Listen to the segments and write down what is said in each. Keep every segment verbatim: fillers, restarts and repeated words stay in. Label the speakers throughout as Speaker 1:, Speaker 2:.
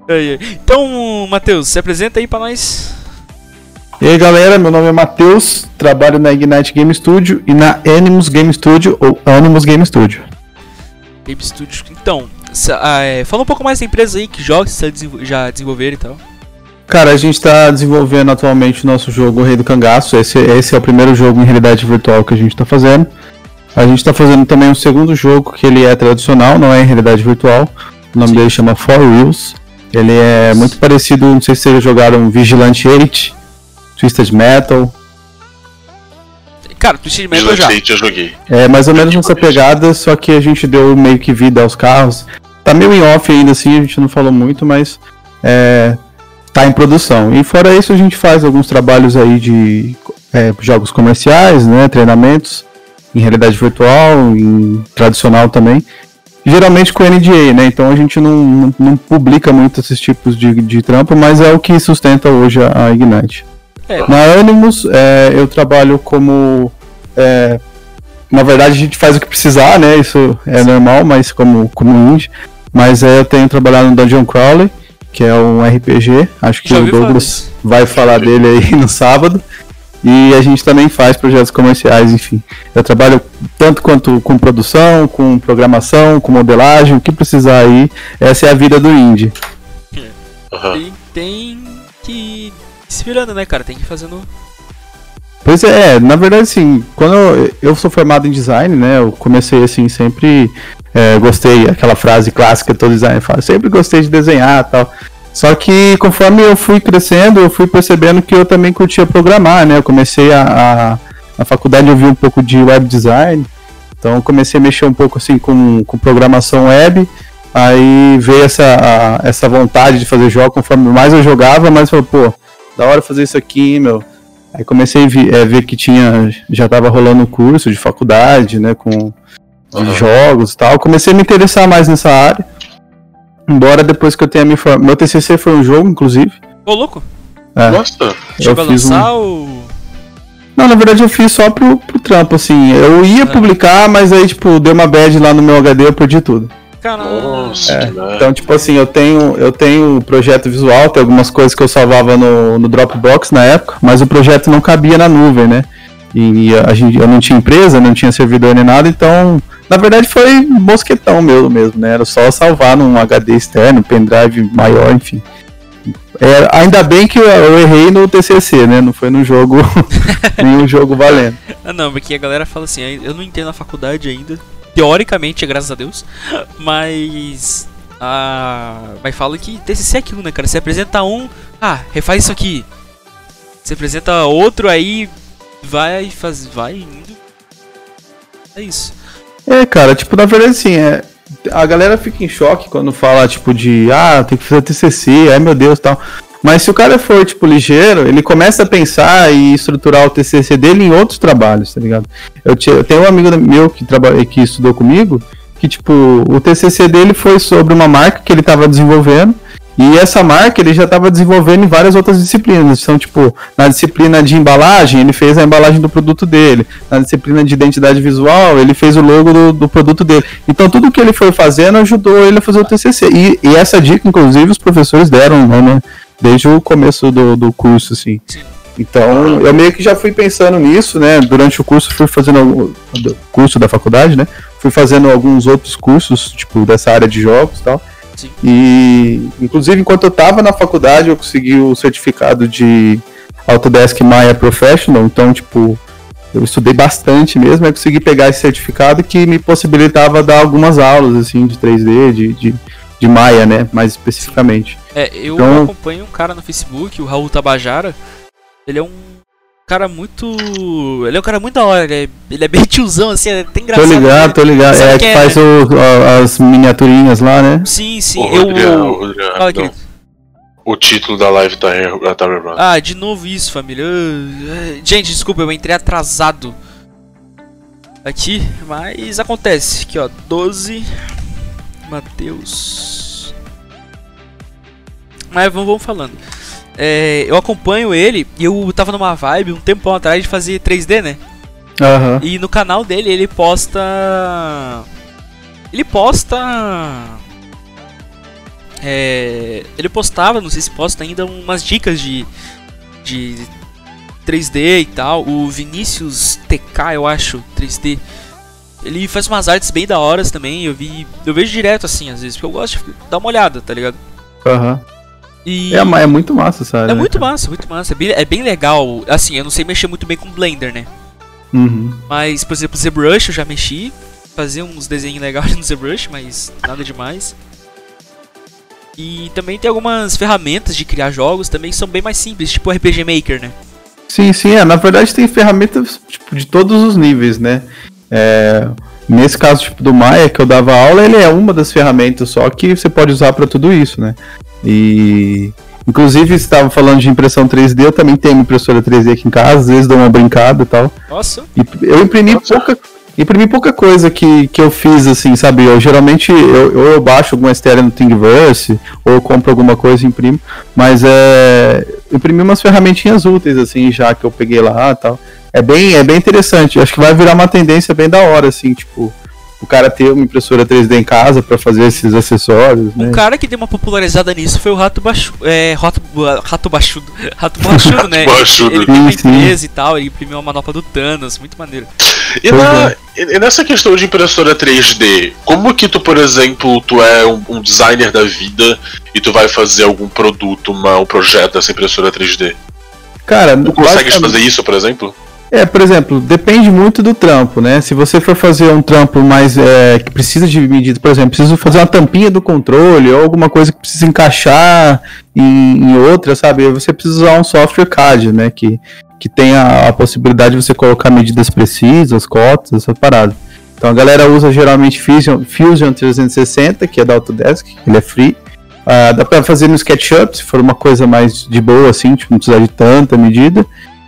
Speaker 1: Então, Matheus, se apresenta aí pra nós.
Speaker 2: E aí galera, meu nome é Matheus, trabalho na Ignite Game Studio e na Animus Game Studio ou Animus Game Studio.
Speaker 1: Game Studio, então, é, fala um pouco mais da empresa aí, que jogos você já desenvolveram e tal.
Speaker 2: Cara, a gente está desenvolvendo atualmente o nosso jogo o Rei do Cangaço, esse, esse é o primeiro jogo em realidade virtual que a gente está fazendo. A gente está fazendo também um segundo jogo que ele é tradicional, não é em realidade virtual, o nome Sim. dele chama Four Wheels. Ele é muito parecido, não sei se vocês jogaram Vigilante oito, Twisted Metal.
Speaker 1: Cara, Twisted Metal já.
Speaker 3: eu joguei.
Speaker 2: É mais ou menos nessa pegada, só que a gente deu meio que vida aos carros. Tá meio em off ainda assim, a gente não falou muito, mas é, tá em produção. E fora isso a gente faz alguns trabalhos aí de é, jogos comerciais, né, treinamentos em realidade virtual, em tradicional também. Geralmente com N D A, né? Então a gente não, não, não publica muito esses tipos de, de trampo, mas é o que sustenta hoje a, a Ignite. É. Na Animus, é, eu trabalho como... É, na verdade a gente faz o que precisar, né? Isso é Sim. normal, mas como, como indie. Mas é, eu tenho trabalhado no Dungeon Crawler, que é um R P G. Acho que Já o Douglas falar vai falar dele aí no sábado. E a gente também faz projetos comerciais, enfim. Eu trabalho tanto quanto com produção, com programação, com modelagem, o que precisar aí. Essa é a vida do indie.
Speaker 1: Uhum. Tem, tem que ir se virando, né, cara? Tem que ir fazendo...
Speaker 2: Pois é, na verdade, assim, quando eu, eu sou formado em design, né, eu comecei, assim, sempre é, gostei, aquela frase clássica que todo designer fala, sempre gostei de desenhar e tal. Só que conforme eu fui crescendo, eu fui percebendo que eu também curtia programar, né? Eu comecei a, a na faculdade eu vi um pouco de web design, então eu comecei a mexer um pouco assim com, com programação web, aí veio essa, a, essa vontade de fazer jogo, conforme mais eu jogava, mais eu falei, pô, da hora fazer isso aqui, meu. Aí comecei a ver, é, ver que tinha, já tava rolando um curso de faculdade, né, com uhum. jogos e tal, comecei a me interessar mais nessa área. Embora depois que eu tenha me formado... Meu T C C foi um jogo, inclusive.
Speaker 1: Ô, louco!
Speaker 3: É, Nossa!
Speaker 1: Chegou a lançar um... ou...
Speaker 2: Não, na verdade eu fiz só pro, pro trampo, assim. Eu ia ah. publicar, mas aí, tipo, deu uma bad lá no meu H D, eu perdi tudo.
Speaker 1: Caramba!
Speaker 3: Nossa,
Speaker 2: é. Então, tipo assim, eu tenho eu tenho projeto visual, tem algumas coisas que eu salvava no, no Dropbox na época, mas o projeto não cabia na nuvem, né? E a gente, eu não tinha empresa, não tinha servidor nem nada, então... Na verdade foi mosquetão meu mesmo, né? Era só salvar num H D externo, pendrive maior, enfim. É, ainda bem que eu, eu errei no T C C, né? Não foi no jogo, nenhum jogo valendo.
Speaker 1: Ah não, porque a galera fala assim, eu não entendo a faculdade ainda, teoricamente, graças a Deus, mas... Ah, mas fala que T C C é aquilo, né, cara? Você apresenta um, ah, refaz isso aqui. Você apresenta outro, aí vai, faz, vai indo. É isso.
Speaker 2: É, cara, tipo, na verdade, assim, é, a galera fica em choque quando fala, tipo, de, ah, tem que fazer T C C, ai meu Deus, tal. Mas se o cara for, tipo, ligeiro, ele começa a pensar e estruturar o T C C dele em outros trabalhos, tá ligado? Eu, te, eu tenho um amigo meu que, trabalha, que estudou comigo, que, tipo, o T C C dele foi sobre uma marca que ele tava desenvolvendo, e essa marca ele já estava desenvolvendo em várias outras disciplinas. Então, tipo, na disciplina de embalagem, ele fez a embalagem do produto dele. Na disciplina de identidade visual, ele fez o logo do, do produto dele. Então, tudo que ele foi fazendo ajudou ele a fazer o T C C. E, e essa dica, inclusive, os professores deram, né, desde o começo do, do curso, assim. Então, eu meio que já fui pensando nisso, né? Durante o curso, fui fazendo o curso da faculdade, né? Fui fazendo alguns outros cursos, tipo, dessa área de jogos e tal.
Speaker 1: Sim.
Speaker 2: E, inclusive, enquanto eu estava na faculdade, eu consegui o certificado de Autodesk Maya Professional. Então, tipo, eu estudei bastante mesmo. Eu consegui pegar esse certificado que me possibilitava dar algumas aulas, assim, de três D, de, de, de Maya, né? Mais especificamente.
Speaker 1: É, eu
Speaker 2: então,
Speaker 1: acompanho um cara no Facebook, o Raul Tabajara. Ele é um cara muito... Ele é um cara muito da hora, ele é, ele é bem tiozão, assim, é até engraçado.
Speaker 2: Tô ligado, tô ligado. Sabe é que é, faz né? o, as miniaturinhas lá, né?
Speaker 1: Sim, sim.
Speaker 3: O
Speaker 1: eu...
Speaker 3: Rodrigo, o, Rodrigo,
Speaker 1: Fala, querido.
Speaker 3: O título da live tá rebrando.
Speaker 1: Ah, de novo isso, família. Uh, gente, desculpa, eu entrei atrasado aqui, mas acontece. Aqui, ó, doze... Matheus... Mas vamos, vamos falando. É, eu acompanho ele e eu tava numa vibe um tempão atrás de fazer três D, né?
Speaker 2: Uhum.
Speaker 1: E no canal dele ele posta... Ele posta... é, ele postava, não sei se posta ainda, umas dicas de, de três D e tal. O Vinícius T K, eu acho, três D. Ele faz umas artes bem da horas também. Eu vi, eu vejo direto assim, às vezes, porque eu gosto de dar uma olhada, tá ligado?
Speaker 2: Aham. Uhum.
Speaker 1: E
Speaker 2: é, é muito massa, sabe?
Speaker 1: É muito massa, muito massa. É bem, é bem legal. Assim, eu não sei mexer muito bem com Blender, né?
Speaker 2: Uhum.
Speaker 1: Mas, por exemplo, ZBrush eu já mexi. Fazia uns desenhos legais no ZBrush, mas nada demais. E também tem algumas ferramentas de criar jogos também que são bem mais simples, tipo o R P G Maker, né?
Speaker 2: Sim, sim, é. Na verdade tem ferramentas tipo, de todos os níveis, né? É, nesse caso tipo, do Maya, que eu dava aula, ele é uma das ferramentas só que você pode usar para tudo isso, né? E... Inclusive, você estava falando de impressão três D, eu também tenho impressora três D aqui em casa, às vezes dou uma brincada e tal.
Speaker 1: Nossa!
Speaker 2: E eu imprimi Nossa. pouca... Imprimi pouca coisa que, que eu fiz, assim, sabe? Eu geralmente, eu, eu, eu baixo alguma S T L no Thingiverse, ou eu compro alguma coisa e imprimo, mas é... Eu imprimi umas ferramentinhas úteis, assim, já que eu peguei lá e tal. É bem, é bem interessante, acho que vai virar uma tendência bem da hora, assim, tipo... O cara ter uma impressora três D em casa pra fazer esses acessórios, né?
Speaker 1: Um cara que deu uma popularizada nisso foi o Rato Baixudo, é, Rato, Rato Baixudo, Rato Baixudo, né?
Speaker 3: Baixudo.
Speaker 1: Ele tem uma empresa e tal, ele imprimiu uma manopla do Thanos, muito maneiro.
Speaker 3: E, na, e nessa questão de impressora três D, como que tu, por exemplo, tu é um, um designer da vida e tu vai fazer algum produto, uma, um projeto dessa impressora três D?
Speaker 2: Cara,
Speaker 3: tu consegues fazer isso, por exemplo?
Speaker 2: É, por exemplo, depende muito do trampo, né? Se você for fazer um trampo mais é, que precisa de medida, por exemplo, preciso fazer uma tampinha do controle ou alguma coisa que precisa encaixar em, em outra, sabe? Você precisa usar um software C A D, né? Que, que tem a, a possibilidade de você colocar medidas precisas, cotas, essa parada. Então a galera usa geralmente Fusion, Fusion trezentos e sessenta, que é da Autodesk, ele é free. Uh, dá pra fazer no SketchUp, se for uma coisa mais de boa, assim, tipo, não precisar de tanta medida.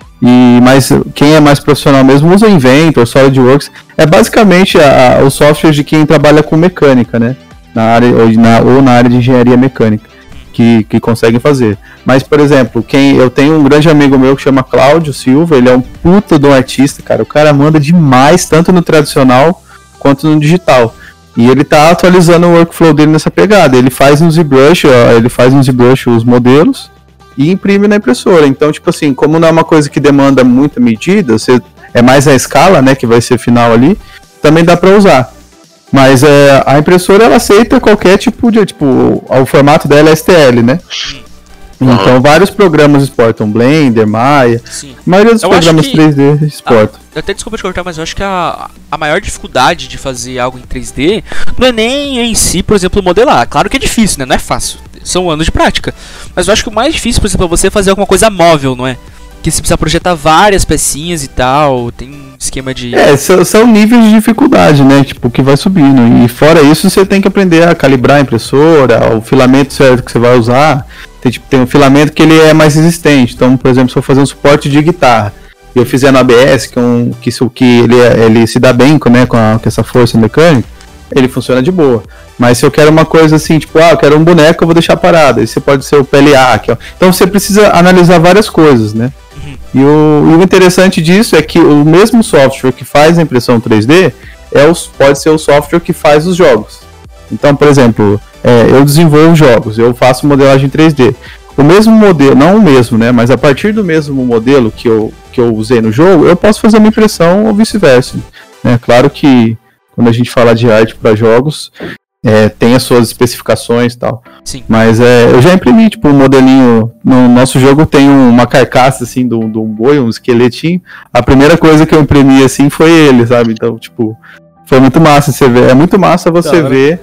Speaker 2: E, mas quem é mais profissional mesmo usa Inventor, SolidWorks. É basicamente a, a, o software de quem trabalha com mecânica, né? Na área, ou, na, ou na área de engenharia mecânica, que, que conseguem fazer. Mas, por exemplo, quem, eu tenho um grande amigo meu que chama Cláudio Silva, ele é um puta de um artista, cara. O cara manda demais, tanto no tradicional quanto no digital. E ele tá atualizando o workflow dele nessa pegada. Ele faz no ZBrush, ó, ele faz no ZBrush os modelos e imprime na impressora. Então, tipo assim, como não é uma coisa que demanda muita medida, você, é mais a escala, né, que vai ser final ali, também dá para usar. Mas é, a impressora, ela aceita qualquer tipo de, tipo, o formato dela é S T L, né? Uhum. Então, vários programas exportam, Blender, Maya,
Speaker 1: Sim.
Speaker 2: a maioria dos
Speaker 1: eu
Speaker 2: programas
Speaker 1: que...
Speaker 2: três D exportam.
Speaker 1: Ah, até desculpa te cortar, mas eu acho que a, a maior dificuldade de fazer algo em três D não é nem em si, por exemplo, modelar. Claro que é difícil, né? Não é fácil. São anos de prática. Mas eu acho que o mais difícil, por exemplo, é você fazer alguma coisa móvel, não é? Que você precisa projetar várias pecinhas e tal. Tem um esquema de...
Speaker 2: É, são, são níveis de dificuldade, né? Tipo, que vai subindo. E fora isso, você tem que aprender a calibrar a impressora, o filamento certo que você vai usar. Tem, tipo, tem um filamento que ele é mais resistente. Então, por exemplo, se eu fazer um suporte de guitarra e eu fizer no A B S, que, é um, que, isso, que ele, ele se dá bem com, né, com, a, com essa força mecânica, ele funciona de boa. Mas se eu quero uma coisa assim, tipo, ah, eu quero um boneco, eu vou deixar parado. Esse pode ser o P L A. Que é... Então você precisa analisar várias coisas, né? Uhum. E, o, e o interessante disso é que o mesmo software que faz a impressão três D é o, pode ser o software que faz os jogos. Então, por exemplo, é, eu desenvolvo jogos, eu faço modelagem três D. O mesmo modelo, não o mesmo, né? Mas a partir do mesmo modelo que eu, que eu usei no jogo, eu posso fazer uma impressão ou vice-versa. Né? Claro que quando a gente fala de arte para jogos, é, tem as suas especificações e tal.
Speaker 1: Sim.
Speaker 2: Mas é, eu já imprimi, tipo, um modelinho. No nosso jogo tem uma carcaça, assim, de um boi, um esqueletinho. A primeira coisa que eu imprimi, assim, foi ele, sabe? Então, tipo, foi muito massa você ver. É muito massa você claro. ver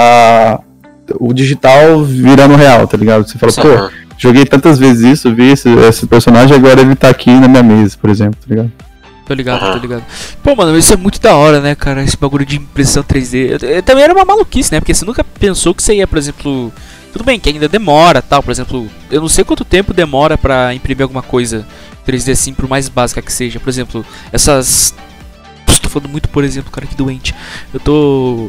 Speaker 2: a, o digital virando real, tá ligado? Você fala, pô, joguei tantas vezes isso, vi esse, esse personagem, agora ele tá aqui na minha mesa, por exemplo, tá ligado?
Speaker 1: Tô ligado, tô ligado. Pô, mano, isso é muito da hora, né, cara? Esse bagulho de impressão três D. Eu, eu, também era uma maluquice, né? Porque você nunca pensou que você ia, por exemplo... Tudo bem, que ainda demora, tal. Por exemplo, eu não sei quanto tempo demora pra imprimir alguma coisa três D assim, por mais básica que seja. Por exemplo, essas... Tô falando muito, por exemplo, cara, que doente. Eu tô...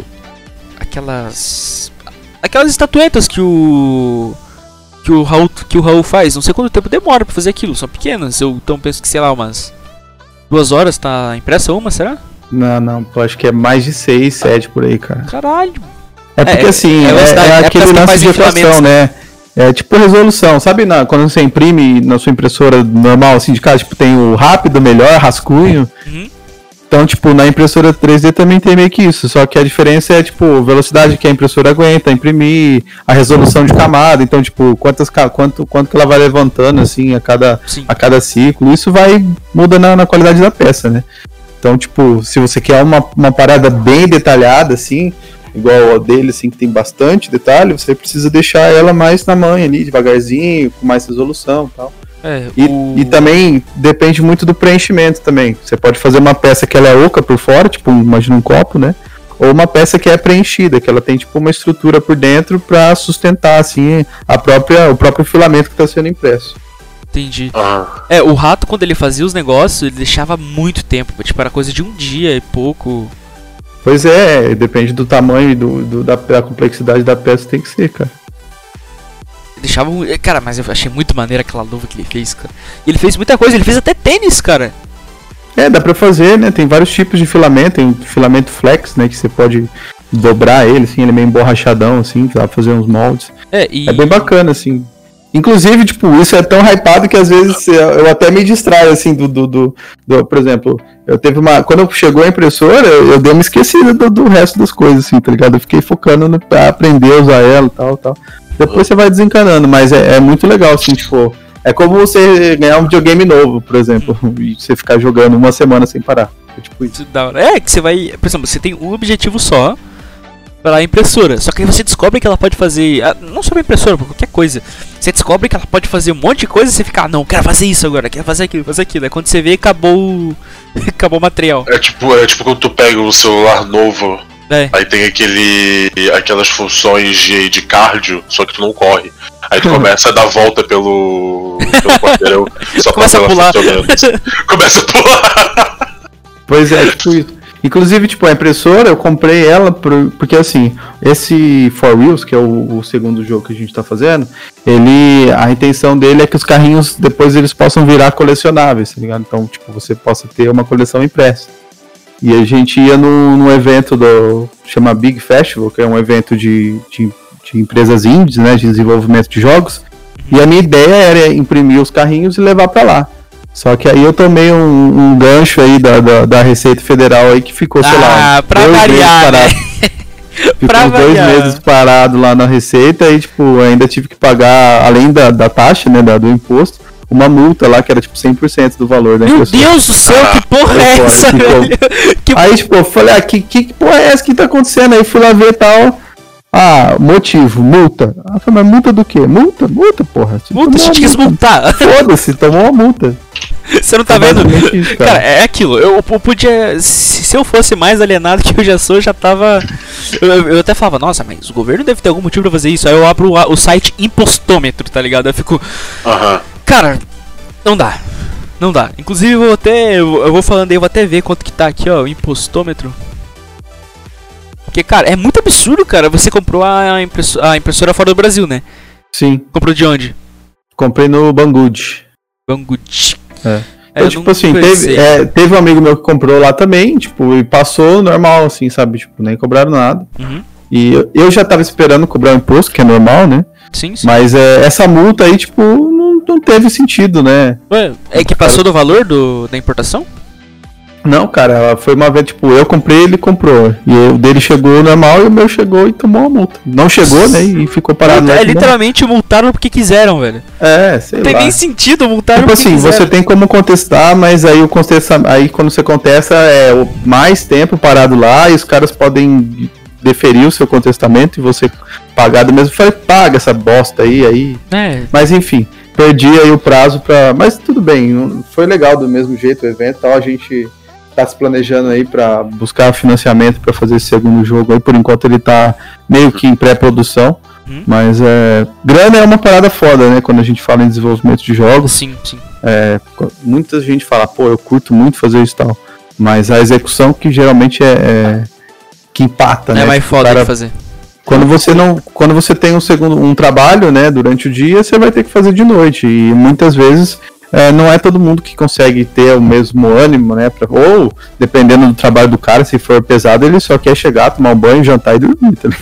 Speaker 1: Aquelas... Aquelas estatuetas que o... Que o Raul, que o Raul faz. Não sei quanto tempo demora pra fazer aquilo. São pequenas. Eu então penso que, sei lá, umas... Duas horas tá impressa uma, será?
Speaker 2: Não, não, eu acho que é mais de seis, sete por aí, cara.
Speaker 1: Caralho.
Speaker 2: É porque
Speaker 1: É,
Speaker 2: assim,
Speaker 1: é
Speaker 2: é,
Speaker 1: velocidade,
Speaker 2: é
Speaker 1: é porque
Speaker 2: aquele
Speaker 1: você
Speaker 2: lance
Speaker 1: faz
Speaker 2: de
Speaker 1: filamentos,
Speaker 2: equação, né? É tipo resolução, sabe na, quando você imprime na sua impressora normal, assim, de casa, tipo, tem o rápido, melhor, rascunho.
Speaker 1: Uhum.
Speaker 2: Então, tipo, na impressora três D também tem meio que isso, só que a diferença é, tipo, velocidade que a impressora aguenta imprimir, a resolução de camada, então, tipo, quantas, quanto, quanto que ela vai levantando, assim, a cada, a cada ciclo, isso vai, muda na, na qualidade da peça, né? Então, tipo, se você quer uma, uma parada bem detalhada, assim, igual a dele, assim, que tem bastante detalhe, você precisa deixar ela mais na manha ali, devagarzinho, com mais resolução e tal.
Speaker 1: É,
Speaker 2: e,
Speaker 1: o...
Speaker 2: e também depende muito do preenchimento também. Você pode fazer uma peça que ela é oca por fora, tipo, imagina um copo, né? Ou uma peça que é preenchida, que ela tem tipo uma estrutura por dentro para sustentar assim a própria, o próprio filamento que está sendo impresso.
Speaker 1: Entendi.
Speaker 3: Ah.
Speaker 1: É, o Rato, quando ele fazia os negócios, ele deixava muito tempo, tipo, era coisa de um dia e pouco.
Speaker 2: Pois é, depende do tamanho e do, do, da, da complexidade da peça, tem que ser, cara.
Speaker 1: Deixava. Cara, mas eu achei muito maneiro aquela luva que ele fez, cara. E ele fez muita coisa, ele fez até tênis, cara.
Speaker 2: É, dá pra fazer, né? Tem vários tipos de filamento, tem o filamento flex, né? Que você pode dobrar ele, assim, ele é meio emborrachadão, assim, dá pra fazer uns moldes.
Speaker 1: É, e...
Speaker 2: é bem bacana, assim. Inclusive, tipo, isso é tão hypado que às vezes eu até me distraio, assim, do, do, do, do por exemplo, eu teve uma, quando chegou a impressora, eu, eu dei uma esquecida do, do resto das coisas, assim, tá ligado? Eu fiquei focando no, pra aprender a usar ela e tal, tal. Depois você vai desencanando, mas é, é muito legal, assim, tipo, é como você ganhar um videogame novo, por exemplo, e você ficar jogando uma semana sem parar. É tipo isso.
Speaker 1: É, que você vai, por exemplo, você tem um objetivo só pela impressora, só que aí você descobre que ela pode fazer, não só a impressora, por qualquer coisa, você descobre que ela pode fazer um monte de coisa e você fica, ah, não, quero fazer isso agora, quero fazer aquilo, fazer aquilo. Aí quando você vê, acabou acabou o material.
Speaker 3: É tipo, é tipo quando tu pega um celular novo,
Speaker 1: é.
Speaker 3: Aí tem aquele, aquelas funções de, de cardio, só que tu não corre. Aí tu começa a dar volta pelo, pelo quarteirão, só
Speaker 1: começa a pular.
Speaker 3: Começa a pular.
Speaker 2: Pois é, tipo isso. Inclusive, tipo, a impressora, eu comprei ela por, porque, assim, esse four Wheels, que é o, o segundo jogo que a gente tá fazendo, ele, a intenção dele é que os carrinhos, depois eles possam virar colecionáveis, tá ligado? Então, tipo, você possa ter uma coleção impressa. E a gente ia no, no evento do, chama Big Festival, que é um evento de, de, de empresas indies, né, de desenvolvimento de jogos, e a minha ideia era imprimir os carrinhos e levar pra lá. Só que aí eu tomei um, um gancho aí da, da, da Receita Federal aí que ficou, sei lá,
Speaker 1: ah, pra variar, né?
Speaker 2: Ficou
Speaker 1: pra
Speaker 2: uns dois
Speaker 1: variar.
Speaker 2: meses parado lá na Receita e, tipo, ainda tive que pagar, além da, da taxa, né, da, do imposto, uma multa lá que era, tipo, cem por cento do valor da impressora.
Speaker 1: Meu Deus do céu, que porra é
Speaker 2: Pô,
Speaker 1: essa,
Speaker 2: ficou...
Speaker 1: velho? Que...
Speaker 2: Aí, tipo, eu falei, ah, que, que porra é essa que tá acontecendo? Aí fui lá ver e tal... Ah, motivo, multa. Ah, mas multa do quê? Multa? Multa, porra. Você
Speaker 1: multa, a gente quis multar.
Speaker 2: Foda-se, tomou uma multa.
Speaker 1: Você não tá vendo? Isso, cara. Cara, é aquilo. Eu, eu podia. Se, se eu fosse mais alienado que eu já sou, já tava. Eu, eu até falava, nossa, mas o governo deve ter algum motivo pra fazer isso. Aí eu abro o, o site Impostômetro, tá ligado? Eu fico.
Speaker 3: Aham. Uhum.
Speaker 1: Cara, não dá. Não dá. Inclusive, eu vou até. Eu vou falando aí, eu vou até ver quanto que tá aqui, ó, o Impostômetro. Porque, cara, é muito absurdo, cara. Você comprou a, impresso a impressora fora do Brasil, né?
Speaker 2: Sim.
Speaker 1: Comprou de onde?
Speaker 2: Comprei no Banggood.
Speaker 1: Banggood.
Speaker 2: É. Então, é, tipo assim, teve, é, teve um amigo meu que comprou lá também, tipo, e passou normal, assim, sabe? Tipo, nem cobraram nada.
Speaker 1: Uhum.
Speaker 2: E eu, eu já tava esperando cobrar o imposto, que é normal, né?
Speaker 1: Sim, sim.
Speaker 2: Mas é, essa multa aí, tipo, não, não teve sentido, né?
Speaker 1: Ué, é que passou do valor do, da importação?
Speaker 2: Não, cara, foi uma vez, tipo, eu comprei, ele comprou. E o dele chegou normal e o meu chegou e tomou a multa. Não chegou, né? E ficou parado.
Speaker 1: É, literalmente multaram porque quiseram, velho.
Speaker 2: É, sei lá.
Speaker 1: Não tem nem sentido, multaram
Speaker 2: tipo
Speaker 1: porque
Speaker 2: assim,
Speaker 1: quiseram.
Speaker 2: Você tem como contestar, mas aí o contesta, aí quando você contesta é o mais tempo parado lá e os caras podem deferir o seu contestamento e você pagar do mesmo. Eu falei, paga essa bosta aí, aí.
Speaker 1: É.
Speaker 2: Mas enfim, perdi aí o prazo pra... Mas tudo bem, foi legal do mesmo jeito o evento e tal, a gente... tá se planejando aí pra buscar financiamento pra fazer esse segundo jogo aí, por enquanto ele tá meio que em pré-produção, hum. mas é... grana é uma parada foda, né, quando a gente fala em desenvolvimento de jogos.
Speaker 1: Sim, sim.
Speaker 2: É, muita gente fala, pô, eu curto muito fazer isso e tal, mas a execução que geralmente é, é... que empata,
Speaker 1: é
Speaker 2: né?
Speaker 1: É mais
Speaker 2: tipo,
Speaker 1: foda
Speaker 2: cara...
Speaker 1: de fazer.
Speaker 2: Quando você não, quando você tem um segundo, um trabalho, né, durante o dia, você vai ter que fazer de noite, e muitas vezes É, não é todo mundo que consegue ter o mesmo ânimo, né? Pra, ou, dependendo do trabalho do cara, se for pesado, ele só quer chegar, tomar um banho, jantar e dormir, tá ligado?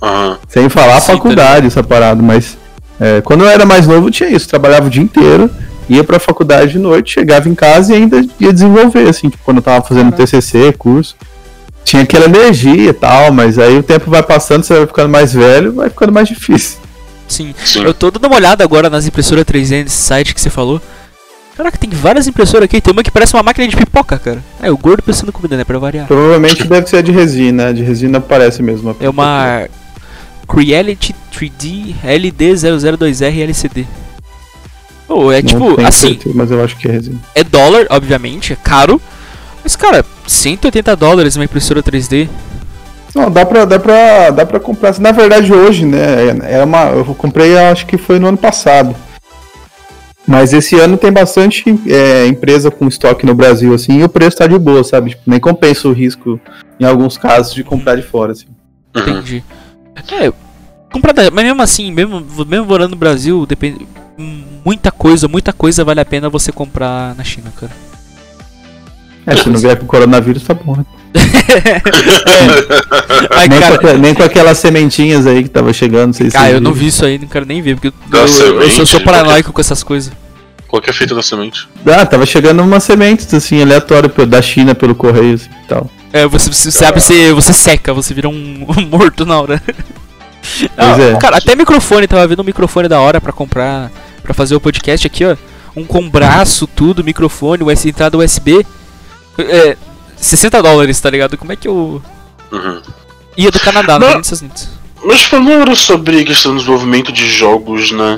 Speaker 3: Aham.
Speaker 2: Sem falar a
Speaker 1: Sim,
Speaker 2: faculdade, essa parada, mas é, quando eu era mais novo tinha isso, trabalhava o dia inteiro, ia pra faculdade de noite, chegava em casa e ainda ia desenvolver, assim, tipo, quando eu tava fazendo T C C, curso. Tinha aquela energia e tal, mas aí o tempo vai passando, você vai ficando mais velho, vai ficando mais difícil.
Speaker 1: Sim.
Speaker 3: Sim.
Speaker 1: Eu tô dando uma olhada agora nas impressoras três D nesse site que você falou. Caraca, tem várias impressoras aqui. Tem uma que parece uma máquina de pipoca, cara. É, o gordo pensando em comida, né? Pra variar.
Speaker 2: Provavelmente deve ser a de resina, de resina parece mesmo.
Speaker 1: É uma Creality três D L D zero zero dois R L C D. Oh, é
Speaker 2: Não
Speaker 1: tipo,
Speaker 2: tenho
Speaker 1: assim,
Speaker 2: certeza, mas eu acho que é resina.
Speaker 1: é dólar, obviamente, é caro. Mas, cara, cento e oitenta dólares uma impressora três D.
Speaker 2: Não, dá pra, dá pra, dá pra comprar. Na verdade, hoje, né, é uma, eu comprei, acho que foi no ano passado. Mas esse ano tem bastante é, empresa com estoque no Brasil, assim, e o preço tá de boa, sabe? Tipo, nem compensa o risco, em alguns casos, de comprar de fora, assim.
Speaker 3: Uhum.
Speaker 1: Entendi. É, comprar da, mas mesmo assim, mesmo, mesmo morando no Brasil, depende, muita coisa, muita coisa vale a pena você comprar na China, cara.
Speaker 2: É, se não vier com o coronavírus, tá bom, né?
Speaker 1: Ai,
Speaker 2: nem,
Speaker 1: cara,
Speaker 2: com, aqu- nem com aquelas sementinhas aí que tava chegando, não sei se
Speaker 1: cara,
Speaker 2: vocês
Speaker 1: eu não
Speaker 2: viram.
Speaker 1: vi isso aí, não quero nem ver, porque eu,
Speaker 3: Da
Speaker 1: eu, eu,
Speaker 3: semente?
Speaker 1: sou, sou paranoico com essas coisas.
Speaker 3: Qual que é feita da semente?
Speaker 2: Ah, tava chegando umas sementes, assim, aleatórias pe- da China pelo correio, assim, e tal.
Speaker 1: É, você, você, você abre, você, você seca, você vira um, um morto na hora. Ah,
Speaker 2: é.
Speaker 1: Cara, até microfone, tava vendo um microfone da hora pra comprar, pra fazer o podcast aqui, ó. Um com braço, tudo, microfone, U S B, entrada U S B. É, sessenta dólares, tá ligado? Como é que eu...
Speaker 3: Uhum.
Speaker 1: Ia do Canadá, não
Speaker 3: Não.
Speaker 1: era dos Estados Unidos.
Speaker 3: Mas falando sobre a questão do desenvolvimento de jogos, né?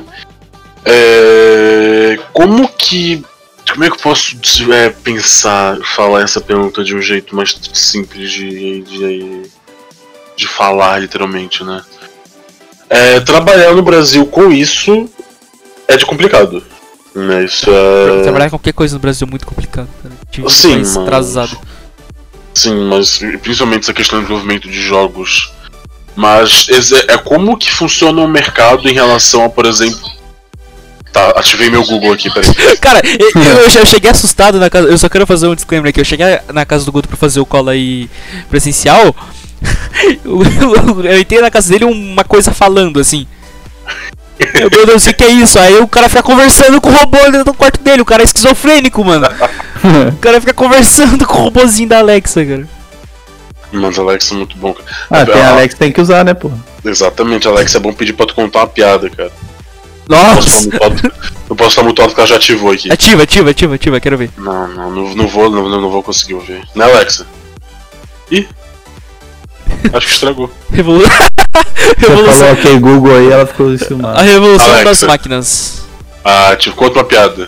Speaker 3: É... Como que. Como é que eu posso é, pensar, falar essa pergunta de um jeito mais simples de, de, de falar, literalmente, né? É, trabalhar no Brasil com isso é de complicado. Né? Isso é.
Speaker 1: Trabalhar com qualquer coisa no Brasil é muito complicado, cara. Tive um
Speaker 3: Sim,
Speaker 1: país
Speaker 3: mas-
Speaker 1: atrasado.
Speaker 3: Sim, mas principalmente essa questão do desenvolvimento de jogos. Mas exe- é como que funciona o mercado em relação a, por exemplo. Tá, ativei meu Google aqui, peraí.
Speaker 1: Cara, eu, eu já cheguei assustado na casa. Eu só quero fazer um disclaimer aqui. Eu cheguei na casa do Guto pra fazer o cola aí presencial. Eu, eu, eu entrei na casa dele uma coisa falando assim. Meu Deus, não sei o que é isso. Aí o cara fica conversando com o robô dentro do quarto dele. O cara é esquizofrênico, mano. O cara fica conversando com o robôzinho da Alexa, cara.
Speaker 3: Mas Alex é muito bom, cara.
Speaker 2: Ah, tem
Speaker 3: Ah,
Speaker 2: Alex, tem que usar, né, pô?
Speaker 3: Exatamente, Alex, é bom pedir pra tu contar uma piada, cara.
Speaker 1: Nossa!
Speaker 3: Posso estar muito alto- Eu posso estar muito alto porque ela já ativou aqui.
Speaker 1: Ativa, ativa, ativa, ativa, quero ver.
Speaker 3: Não, não, não, não vou, não, não vou conseguir ouvir. Né, Alexa? Ih! Acho que estragou.
Speaker 1: Revolu...
Speaker 2: Você
Speaker 1: revolução.
Speaker 2: falou ok Google aí, ela ficou
Speaker 1: A
Speaker 2: enciumada.
Speaker 1: revolução
Speaker 3: Alexa.
Speaker 1: das máquinas.
Speaker 3: Ah, te conta uma piada.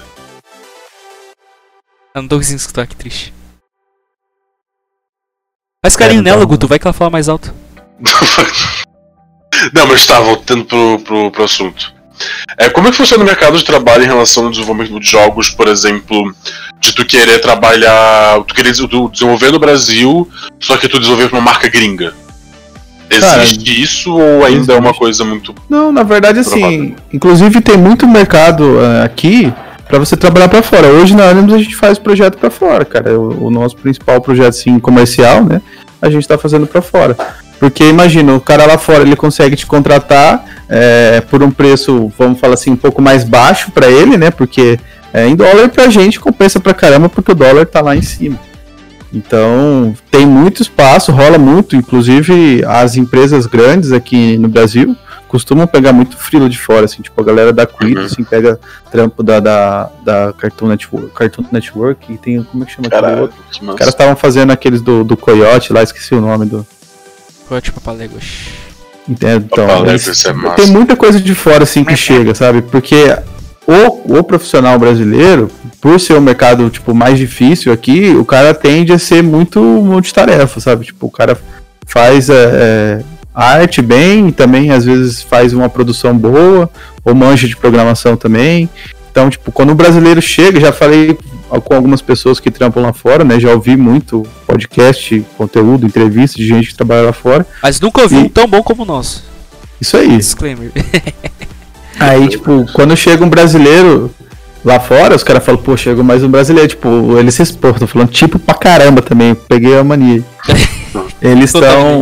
Speaker 1: Eu não tô conseguindo escutar, que triste. Faz carinho
Speaker 2: É, não
Speaker 1: nela,
Speaker 2: tá-
Speaker 1: Guto, vai que ela fala mais alto.
Speaker 3: Não, mas tá, voltando pro, pro, pro assunto. É, como é que funciona o mercado de trabalho em relação ao desenvolvimento de jogos, por exemplo, de tu querer trabalhar, tu querer des- tu desenvolver no Brasil, só que tu desenvolver pra uma marca gringa? Existe
Speaker 2: Cara,
Speaker 3: isso ou ainda é uma
Speaker 2: existe.
Speaker 3: coisa muito...
Speaker 2: Não, na verdade, assim,
Speaker 3: Provável.
Speaker 2: inclusive tem muito mercado eh, aqui pra você trabalhar pra fora. Hoje na Animus a gente faz projeto pra fora, cara. O, o nosso principal projeto, assim, comercial, né, a gente tá fazendo pra fora. Porque imagina, o cara lá fora, ele consegue te contratar é, por um preço, vamos falar assim, um pouco mais baixo pra ele, né? Porque é, em dólar pra gente compensa pra caramba, porque o dólar tá lá em cima. Então, tem muito espaço, rola muito, inclusive as empresas grandes aqui no Brasil costumam pegar muito frilo de fora, assim, tipo a galera da Quid,
Speaker 3: Uhum.
Speaker 2: assim, pega trampo da, da, da Cartoon Network, Cartoon Network e tem, como é que chama aquele
Speaker 3: Caralho,
Speaker 2: outro?
Speaker 3: que
Speaker 2: Os
Speaker 3: massa.
Speaker 2: caras estavam fazendo aqueles do, do Coyote lá, esqueci o nome do...
Speaker 1: Coyote Papaléguas.
Speaker 2: Entende? Então,
Speaker 3: Papaléguas,
Speaker 2: eles-
Speaker 3: isso é massa.
Speaker 2: tem muita coisa de fora assim que chega, sabe? Porque o, o profissional brasileiro, por ser um mercado tipo mais difícil aqui, o cara tende a ser muito multitarefa, sabe? Tipo, o cara faz é, é, arte bem, e também às vezes faz uma produção boa, ou manja de programação também. Então, tipo, quando o brasileiro chega, já falei com algumas pessoas que trampam lá fora, né? Já ouvi muito podcast, conteúdo, entrevista de gente que trabalha lá fora.
Speaker 1: Mas nunca ouvi
Speaker 2: E-
Speaker 1: um tão bom como o nosso.
Speaker 2: Isso aí.
Speaker 1: Disclaimer.
Speaker 2: Aí, tipo, quando chega um brasileiro lá fora, os caras falam, pô, chegou mais um brasileiro. Tipo, eles se expor, tô falando tipo pra caramba também, peguei a mania. Eles estão.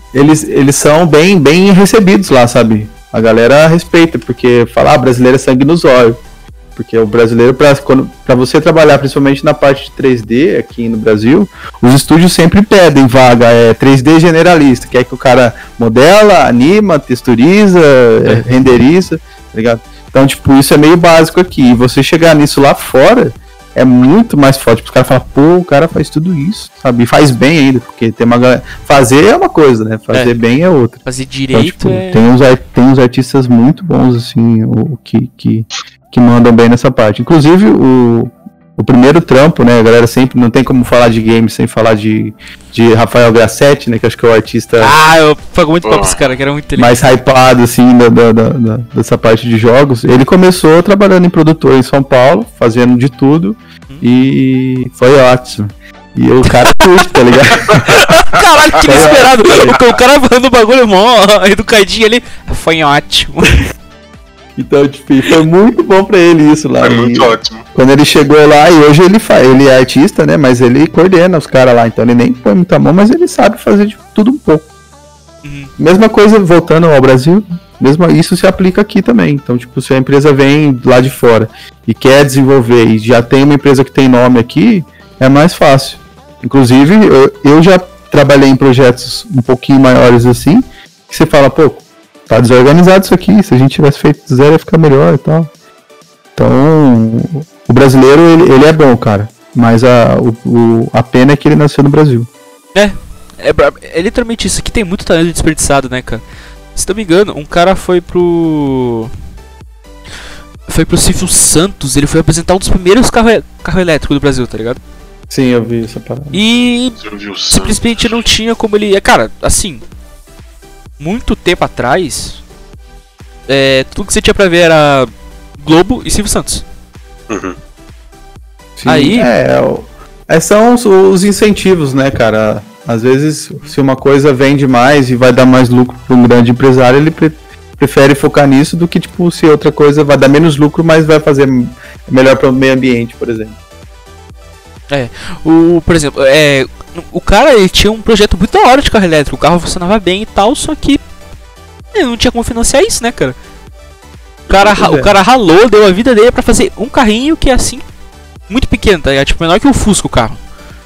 Speaker 2: eles, eles são bem, bem recebidos lá, sabe? A galera respeita, porque fala, ah, brasileiro é sangue nos olhos. Porque o brasileiro, pra, quando, pra você trabalhar principalmente na parte de três D aqui no Brasil, os estúdios sempre pedem vaga, é três D generalista, que é que o cara modela, anima, texturiza, é, renderiza, tá ligado? Então, tipo, isso é meio básico aqui. E você chegar nisso lá fora é muito mais forte. Os caras falam, pô, o cara faz tudo isso, sabe? E faz bem ainda, porque tem uma galera... Fazer é uma coisa, né? Fazer é. bem é outra.
Speaker 1: Fazer direito
Speaker 2: então, tipo,
Speaker 1: é...
Speaker 2: tem, uns, tem uns artistas muito bons, assim, o, que, que, que mandam bem nessa parte. Inclusive, o, o primeiro trampo, né? A galera sempre... Não tem como falar de games sem falar de, de Rafael Grassetti, né? Que acho que é o artista...
Speaker 1: Ah, eu pago muito papo esse cara, que era muito inteligente.
Speaker 2: Mais hypado, assim, da, da, da, dessa parte de jogos. Ele começou trabalhando em produtor em São Paulo, fazendo de tudo, hum. e foi ótimo. E o cara curte, tá ligado?
Speaker 1: Caralho, que inesperado! O, o cara falando o bagulho mó educadinho ali, foi ótimo.
Speaker 2: Então, tipo, foi muito bom pra ele isso lá.
Speaker 3: Foi muito ótimo.
Speaker 2: Quando ele chegou lá, e hoje ele faz, ele é artista, né? Mas ele coordena os caras lá, então ele nem põe muita mão, mas ele sabe fazer de tudo um pouco. Uhum. Mesma coisa, voltando ao Brasil, mesmo, isso se aplica aqui também. Então, tipo, se a empresa vem lá de fora e quer desenvolver e já tem uma empresa que tem nome aqui, é mais fácil. Inclusive, eu, eu já trabalhei em projetos um pouquinho maiores assim, que você fala, pô, tá desorganizado isso aqui, se a gente tivesse feito do zero ia ficar melhor e tal. Então, o brasileiro, ele, ele é bom, cara, mas a, o, o, a pena é que ele nasceu no Brasil.
Speaker 1: É, é, é literalmente isso aqui, tem muito talento desperdiçado, né, cara? Se não me engano, um cara foi pro... Foi pro Silvio Santos, ele foi apresentar um dos primeiros carros carro elétricos do Brasil, tá ligado?
Speaker 2: Sim, eu vi essa parada.
Speaker 1: E simplesmente não tinha como ele... Cara, assim, muito tempo atrás, é, tudo que você tinha pra ver era Globo e Silvio Santos.
Speaker 3: Uhum.
Speaker 2: Sim,
Speaker 1: aí...
Speaker 2: É, é, são os, os incentivos, né, cara? Às vezes, se uma coisa vende mais e vai dar mais lucro para um grande empresário, ele pre- prefere focar nisso do que, tipo, se outra coisa vai dar menos lucro, mas vai fazer melhor para o meio ambiente, por exemplo.
Speaker 1: É, o, por exemplo, é, o cara ele tinha um projeto muito da hora de carro elétrico, o carro funcionava bem e tal, só que ele não tinha como financiar isso, né, cara? O cara, é. o cara ralou, deu a vida dele pra fazer um carrinho que é assim, muito pequeno, tá ligado? Tipo, menor que o Fusca, o carro.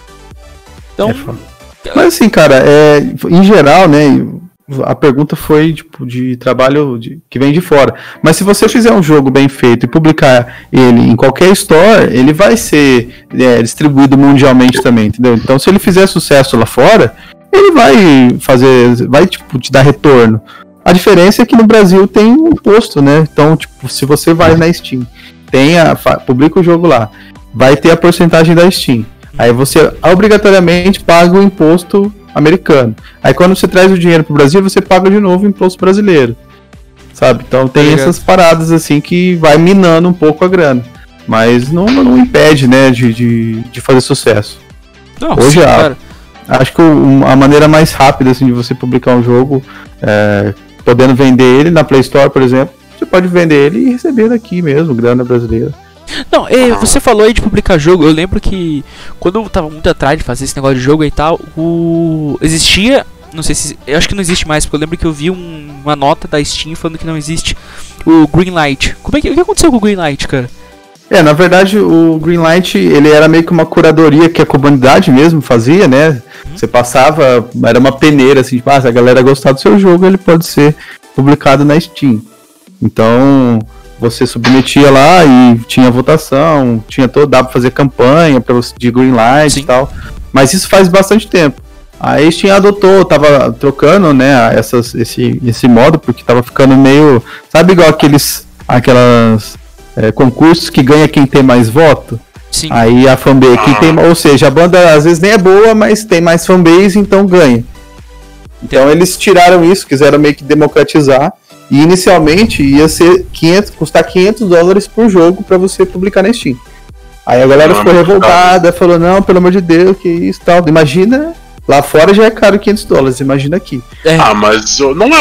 Speaker 1: Então...
Speaker 2: É, mas assim, cara, é, em geral, né, a pergunta foi tipo, de trabalho de, que vem de fora. Mas se você fizer um jogo bem feito e publicar ele em qualquer store, ele vai ser é, distribuído mundialmente também, entendeu? Então, se ele fizer sucesso lá fora, ele vai fazer, vai tipo, te dar retorno. A diferença é que no Brasil tem um imposto, né? Então, tipo, se você vai na Steam, tem a, publica o jogo lá, vai ter a porcentagem da Steam. Aí você obrigatoriamente paga o imposto americano. Aí quando você traz o dinheiro pro Brasil, você paga de novo o imposto brasileiro. Sabe? Então tem Obrigado. essas paradas assim que vai minando um pouco a grana. Mas não, não impede, né, de, de, de fazer sucesso. Não, Hoje sim, a, acho que o, a maneira mais rápida assim, de você publicar um jogo, é, podendo vender ele na Play Store, por exemplo, você pode vender ele e receber daqui mesmo, grana brasileira.
Speaker 1: Não, é, você falou aí de publicar jogo. Eu lembro que quando eu tava muito atrás de fazer esse negócio de jogo e tal, o... existia, não sei se, eu acho que não existe mais, porque eu lembro que eu vi um, uma nota da Steam falando que não existe o Greenlight. Como é que, o que aconteceu com o Greenlight, cara?
Speaker 2: É, na verdade o Greenlight, ele era meio que uma curadoria que a comunidade mesmo fazia, né? Hum. Você passava, era uma peneira assim, tipo, ah, se a galera gostar do seu jogo, ele pode ser publicado na Steam. Então... você submetia lá e tinha votação, tinha todo, dava pra fazer campanha pra você, de Greenlight e tal. Mas isso faz bastante tempo. A Steam adotou, tava trocando, né, essas, esse, esse modo, porque tava ficando meio... Sabe igual aqueles aquelas, é, concursos que ganha quem tem mais voto?
Speaker 1: Sim.
Speaker 2: Aí a fanbase, quem tem, ou seja, a banda às vezes nem é boa, mas tem mais fanbase, então ganha. Então eles tiraram isso, quiseram meio que democratizar. E inicialmente ia ser quinhentos, custar quinhentos dólares por jogo pra você publicar na Steam. Aí a galera ficou revoltada, falou, não, pelo amor de Deus, que isso e tal. Imagina, lá fora já é caro quinhentos dólares, imagina aqui.
Speaker 3: É. Ah, mas não é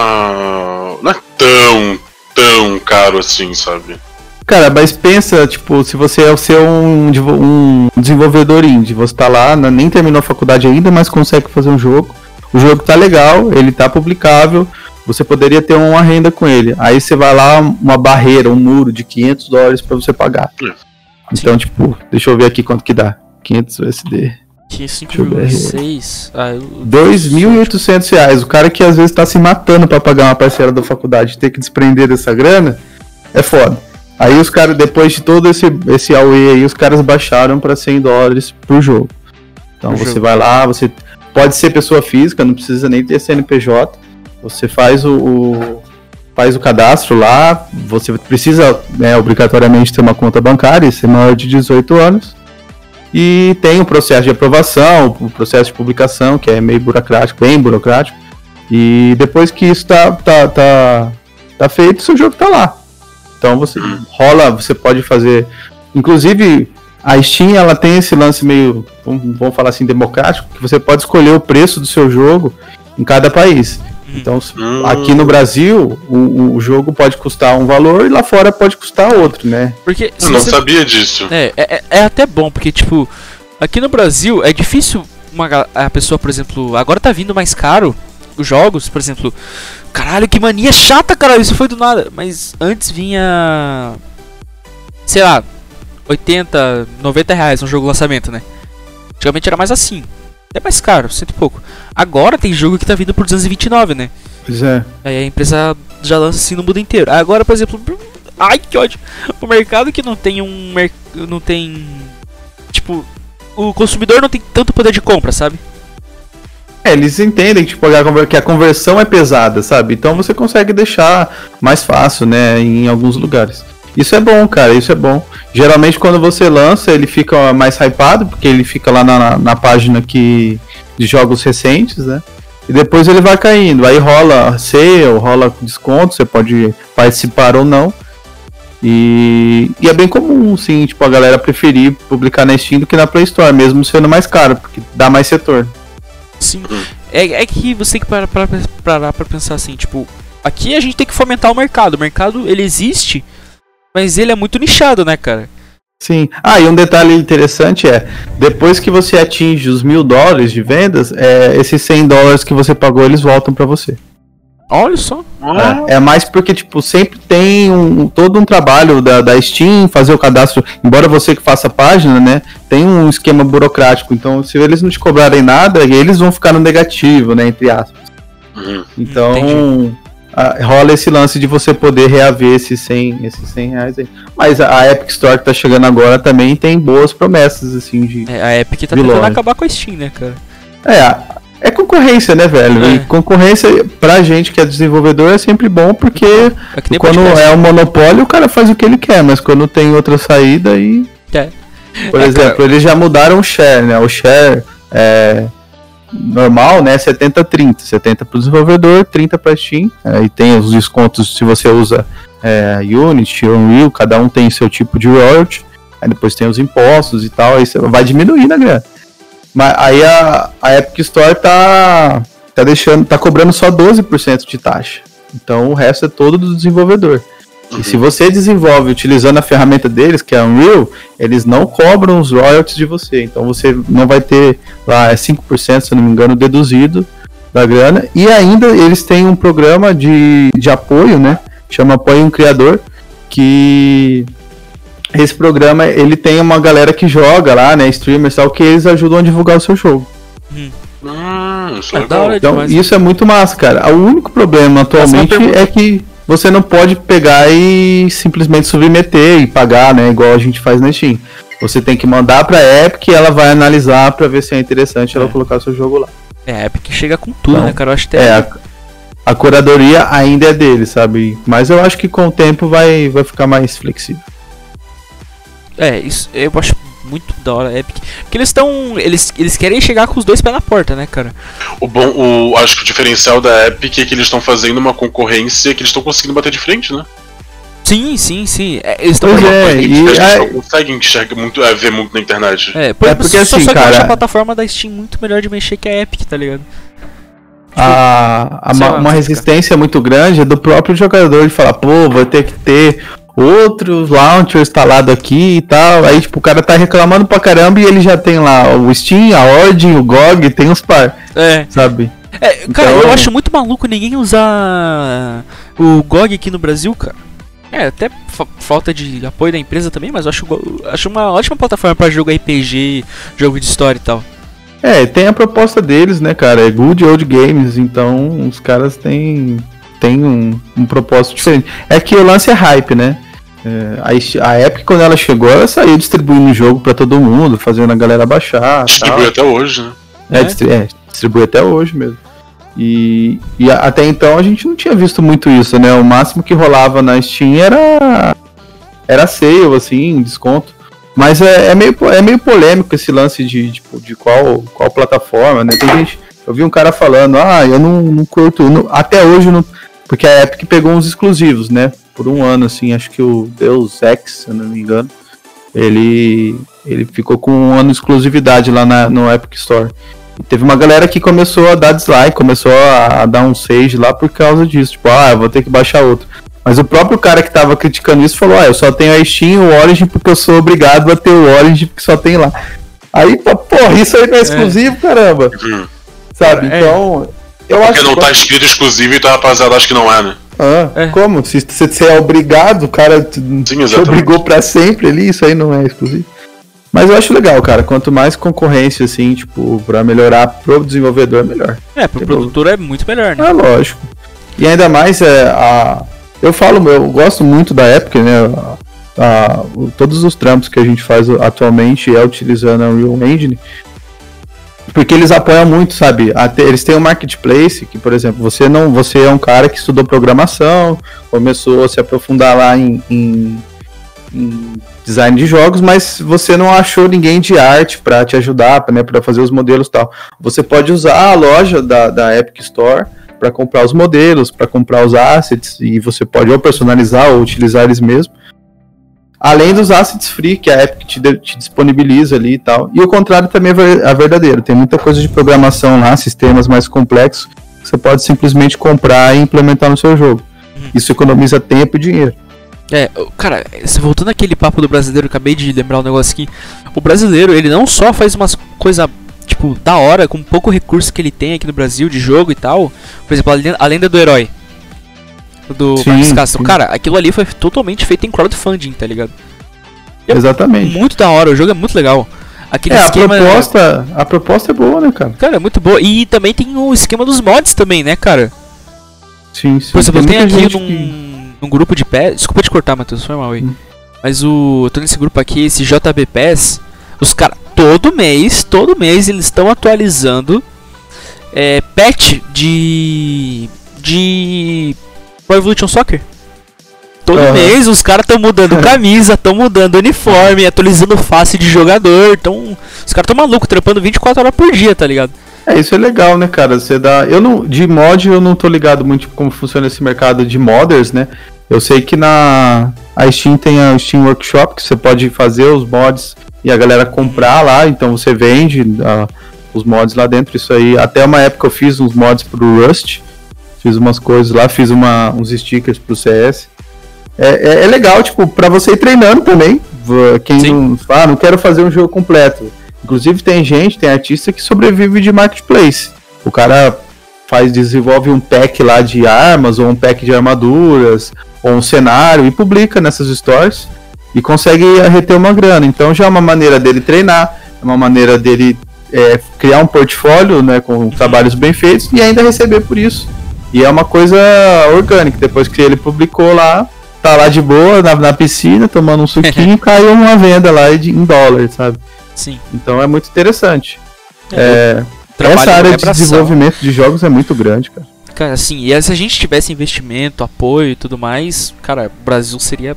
Speaker 3: uma... não é tão, tão caro assim, sabe?
Speaker 2: Cara, mas pensa, tipo, se você é ser um, um desenvolvedor indie, você tá lá, nem terminou a faculdade ainda, mas consegue fazer um jogo. o jogo tá legal, ele tá publicável, você poderia ter uma renda com ele. Aí você vai lá, uma barreira, um muro de quinhentos dólares pra você pagar. Então, tipo, deixa eu ver aqui quanto que dá. quinhentos U S D.
Speaker 1: cinco vírgula seis. Ah,
Speaker 2: dois mil e oitocentos reais. O cara que às vezes tá se matando pra pagar uma parcela da faculdade, ter que desprender dessa grana, é foda. Aí os caras, depois de todo esse, esse A U E aí, os caras baixaram pra cem dólares por jogo. Então por você jogo. vai lá, você pode ser pessoa física, não precisa nem ter C N P J. Você faz o, o faz o cadastro lá, você precisa, né, obrigatoriamente ter uma conta bancária, ser maior de dezoito anos. E tem o processo de aprovação, o processo de publicação, que é meio burocrático, bem burocrático. E depois que isso tá, tá, tá, tá feito, o seu jogo tá lá. Então você rola, você pode fazer. Inclusive, a Steam ela tem esse lance meio, vamos falar assim, democrático, que você pode escolher o preço do seu jogo em cada país. Então, aqui no Brasil, o, o jogo pode custar um valor e lá fora pode custar outro, né?
Speaker 1: Porque
Speaker 3: eu não você... sabia disso.
Speaker 1: É, é, é até bom, porque, tipo, aqui no Brasil é difícil uma, a pessoa, por exemplo, agora tá vindo mais caro os jogos, por exemplo, caralho, que mania chata, caralho, isso foi do nada. Mas antes vinha, sei lá, oitenta, noventa reais um jogo lançamento, né? Antigamente era mais assim. É mais caro, cento e pouco. Agora tem jogo que tá vindo por duzentos e vinte e nove, né?
Speaker 2: Pois é.
Speaker 1: Aí a empresa já lança assim no mundo inteiro. Agora, por exemplo, ai que ódio. O mercado que não tem um mer... não tem, tipo, o consumidor não tem tanto poder de compra, sabe?
Speaker 2: É, eles entendem tipo, que a conversão é pesada, sabe? Então você consegue deixar mais fácil, né, em alguns lugares. Isso é bom, cara, isso é bom. Geralmente quando você lança, ele fica mais hypado, porque ele fica lá na, na página que, de jogos recentes, né? E depois ele vai caindo. Aí rola sale, rola desconto, você pode participar ou não. E, e é bem comum, sim, tipo, a galera preferir publicar na Steam do que na Play Store, mesmo sendo mais caro, porque dá mais setor.
Speaker 1: Sim, é, é que você tem que parar pra, parar pra pensar assim, tipo, aqui a gente tem que fomentar o mercado. O mercado, ele existe, mas ele é muito nichado, né, cara?
Speaker 2: Sim. Ah, e um detalhe interessante é, depois que você atinge os mil dólares de vendas, é, esses cem dólares que você pagou, eles voltam pra você.
Speaker 1: Olha só.
Speaker 2: É, é mais porque, tipo, sempre tem um, todo um trabalho da, da Steam, fazer o cadastro, embora você que faça a página, né, tem um esquema burocrático, então se eles não te cobrarem nada, eles vão ficar no negativo, né, entre aspas. Uhum. Então... Ah, rola esse lance de você poder reaver esses cem, esses cem reais aí. Mas a, a Epic Store que tá chegando agora também tem boas promessas, assim, de...
Speaker 1: É, a Epic tá tentando acabar com a Steam, né, cara?
Speaker 2: É, é concorrência, né, velho? É. E concorrência pra gente que é desenvolvedor é sempre bom, porque é quando podcast. É um monopólio, o cara faz o que ele quer, mas quando tem outra saída aí... É. Por é, exemplo, cara... eles já mudaram o share, né? O share é... normal, né, setenta a trinta, setenta para o desenvolvedor, trinta para Steam, aí tem os descontos se você usa é, Unity, Unreal, cada um tem seu tipo de royalty, aí depois tem os impostos e tal, aí você vai diminuindo a grana. Mas aí a, a Epic Store tá, tá deixando, tá cobrando só doze por cento de taxa, então o resto é todo do desenvolvedor. Uhum. E se você desenvolve utilizando a ferramenta deles, que é a Unreal, eles não cobram os royalties de você. Então você não vai ter lá é cinco por cento, se não me engano, deduzido da grana. E ainda eles têm um programa de, de apoio, né? Chama Apoio um Criador, que esse programa ele tem uma galera que joga lá, né? Streamers e tal, que eles ajudam a divulgar o seu jogo.
Speaker 1: Hum.
Speaker 3: Hum, isso,
Speaker 1: é da hora
Speaker 2: então,
Speaker 1: demais.
Speaker 2: Isso é muito massa, cara. O único problema atualmente é que você não pode pegar e simplesmente submeter e pagar, né, igual a gente faz na Steam. Você tem que mandar pra Epic e ela vai analisar pra ver se é interessante ela é. colocar o seu jogo lá.
Speaker 1: É, a Epic chega com tudo, então, né, cara? Eu acho que
Speaker 2: é, a, a curadoria ainda é dele, sabe? Mas eu acho que com o tempo vai, vai ficar mais flexível.
Speaker 1: É, isso eu acho muito da hora a Epic. Porque eles estão. Eles, eles querem chegar com os dois pés na porta, né, cara?
Speaker 3: O bom, o, acho que o diferencial da Epic é que eles estão fazendo uma concorrência que eles estão conseguindo bater de frente, né?
Speaker 1: Sim, sim, sim. É, eles estão
Speaker 2: é,
Speaker 3: e a gente não consegue enxergar muito, é, ver muito na internet.
Speaker 1: É, por,
Speaker 2: é porque
Speaker 1: só,
Speaker 2: assim,
Speaker 1: só que
Speaker 2: cara,
Speaker 1: eu acho a plataforma da Steam muito melhor de mexer que a Epic, tá ligado?
Speaker 2: A, a uma, uma resistência muito grande é do próprio jogador de falar, pô, vou ter que ter outro launcher instalado aqui e tal. Aí, tipo, o cara tá reclamando pra caramba e ele já tem lá o Steam, a Origin, o G O G, tem os par.
Speaker 1: É.
Speaker 2: Sabe?
Speaker 1: É, cara, então... eu acho muito maluco ninguém usar o G O G aqui no Brasil, cara. É, até fa falta de apoio da empresa também, mas eu acho, acho uma ótima plataforma pra jogo R P G, jogo de história e tal.
Speaker 2: É, tem a proposta deles, né, cara? É Good Old Games, então os caras têm, têm um, um propósito diferente. É que o lance é hype, né? É, a, a Epic, quando ela chegou, ela saiu distribuindo o jogo pra todo mundo, fazendo a galera baixar.
Speaker 3: Distribui até hoje, né?
Speaker 2: É, é? Distri é, distribui até hoje mesmo. E, e a, até então a gente não tinha visto muito isso, né? O máximo que rolava na Steam era era sale, assim, desconto. Mas é, é, meio, é meio polêmico esse lance de, de, de qual, qual plataforma, né? Tem gente, eu vi um cara falando, ah, eu não, não curto, não, até hoje não, porque a Epic pegou uns exclusivos, né? Por um ano, assim, acho que o Deus Ex, se eu não me engano, ele, ele ficou com um ano de exclusividade lá na, no Epic Store. E teve uma galera que começou a dar dislike, começou a, a dar um sage lá por causa disso. Tipo, ah, eu vou ter que baixar outro. Mas o próprio cara que tava criticando isso falou, ah, eu só tenho a Steam e o Origin porque eu sou obrigado a ter o Origin porque só tem lá. Aí, porra, isso aí não é exclusivo, é. caramba. Uhum. Sabe, é. então... Eu
Speaker 3: porque
Speaker 2: acho
Speaker 3: não
Speaker 2: que...
Speaker 3: tá escrito exclusivo, então a rapaziada acha que não é, né?
Speaker 2: Ah, é. Como? Se você é obrigado, o cara Sim, te obrigou pra sempre ali, isso aí não é exclusivo. Mas eu acho legal, cara. Quanto mais concorrência, assim, tipo, pra melhorar pro desenvolvedor, é melhor.
Speaker 1: É, pro Entendeu? produtor é muito melhor, né?
Speaker 2: É, lógico. E ainda mais, é, a... eu falo, eu gosto muito da Epic, né? A, a, todos os trampos que a gente faz atualmente é utilizando a Unreal Engine. Porque eles apoiam muito, sabe? Até, eles têm um marketplace que, por exemplo, você não, você é um cara que estudou programação, começou a se aprofundar lá em, em, em design de jogos, mas você não achou ninguém de arte para te ajudar, né, para fazer os modelos e tal. Você pode usar a loja da, da Epic Store para comprar os modelos, para comprar os assets, e você pode ou personalizar ou utilizar eles mesmos. Além dos assets free que a Epic te, te disponibiliza ali e tal. E o contrário também é verdadeiro. Tem muita coisa de programação lá, sistemas mais complexos, que você pode simplesmente comprar e implementar no seu jogo. Uhum. Isso economiza tempo e dinheiro.
Speaker 1: É, cara, voltando àquele papo do brasileiro, acabei de lembrar um negócio aqui. O brasileiro, ele não só faz umas coisas, tipo, da hora, com pouco recurso que ele tem aqui no Brasil, de jogo e tal. Por exemplo, a Lenda do Herói. Do Marcos Castro. Cara, aquilo ali foi totalmente feito em crowdfunding, tá ligado? É
Speaker 2: Exatamente.
Speaker 1: Muito da hora, o jogo é muito legal. Aquele
Speaker 2: é,
Speaker 1: esquema...
Speaker 2: a proposta, a proposta é boa, né, cara?
Speaker 1: Cara, é muito boa. E também tem o esquema dos mods também, né, cara?
Speaker 2: Sim, sim.
Speaker 1: Por exemplo, eu tenho aqui num,
Speaker 2: que...
Speaker 1: num grupo de P E S... Desculpa te cortar, Matheus, foi mal aí. Hum. Mas o... eu tô nesse grupo aqui, esse J B P E S, os caras, todo mês, todo mês eles estão atualizando é, patch de... de... Pro Evolution Soccer. Todo uhum. mês os caras estão mudando camisa, estão mudando uniforme, atualizando face de jogador. Tão... Os caras estão malucos, trampando vinte e quatro horas por dia, tá ligado?
Speaker 2: É, isso é legal, né, cara? Você dá... eu não... De mod eu não tô ligado muito como funciona esse mercado de modders, né? Eu sei que na a Steam tem a Steam Workshop, que você pode fazer os mods e a galera comprar lá, então você vende uh, os mods lá dentro. Isso aí, até uma época eu fiz uns mods pro Rust. Fiz umas coisas lá, fiz uma, uns stickers pro C S. É, é, é legal, tipo, pra você ir treinando também. Quem Sim. não fala, ah, não quero fazer um jogo completo. Inclusive tem gente, tem artista que sobrevive de marketplace. O cara faz, desenvolve um pack lá de armas, ou um pack de armaduras, ou um cenário, e publica nessas stores. E consegue reter uma grana. Então já é uma maneira dele treinar, é uma maneira dele é, criar um portfólio, né, com trabalhos bem feitos, e ainda receber por isso. E é uma coisa orgânica, depois que ele publicou lá, tá lá de boa, na, na piscina, tomando um suquinho, caiu uma venda lá de, em dólar, sabe?
Speaker 1: Sim.
Speaker 2: Então é muito interessante. É, é, essa área de desenvolvimento de jogos é muito grande, cara.
Speaker 1: Cara, assim, e se a gente tivesse investimento, apoio e tudo mais, cara, o Brasil seria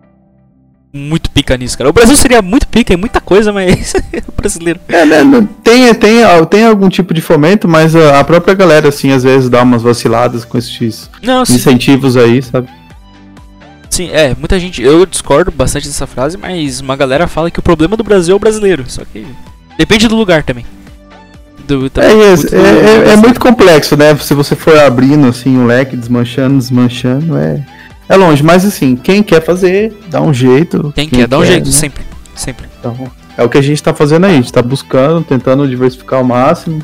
Speaker 1: muito pica nisso, cara. O Brasil seria muito pica em muita coisa, mas o brasileiro...
Speaker 2: É, né, tem, tem, tem algum tipo de fomento, mas a, a própria galera, assim, às vezes dá umas vaciladas com esses Não, incentivos aí, sabe?
Speaker 1: Sim, é, muita gente... Eu discordo bastante dessa frase, mas uma galera fala que o problema do Brasil é o brasileiro, só que depende do lugar também. Do, também
Speaker 2: é, muito é, é, é, é muito complexo, né? Se você for abrindo, assim, o leque, desmanchando, desmanchando, é... É longe, mas assim, quem quer fazer, dá um jeito.
Speaker 1: Quem, quem quer, dá um jeito, né? sempre, sempre.
Speaker 2: Então, é o que a gente tá fazendo aí, a gente tá buscando, tentando diversificar ao máximo,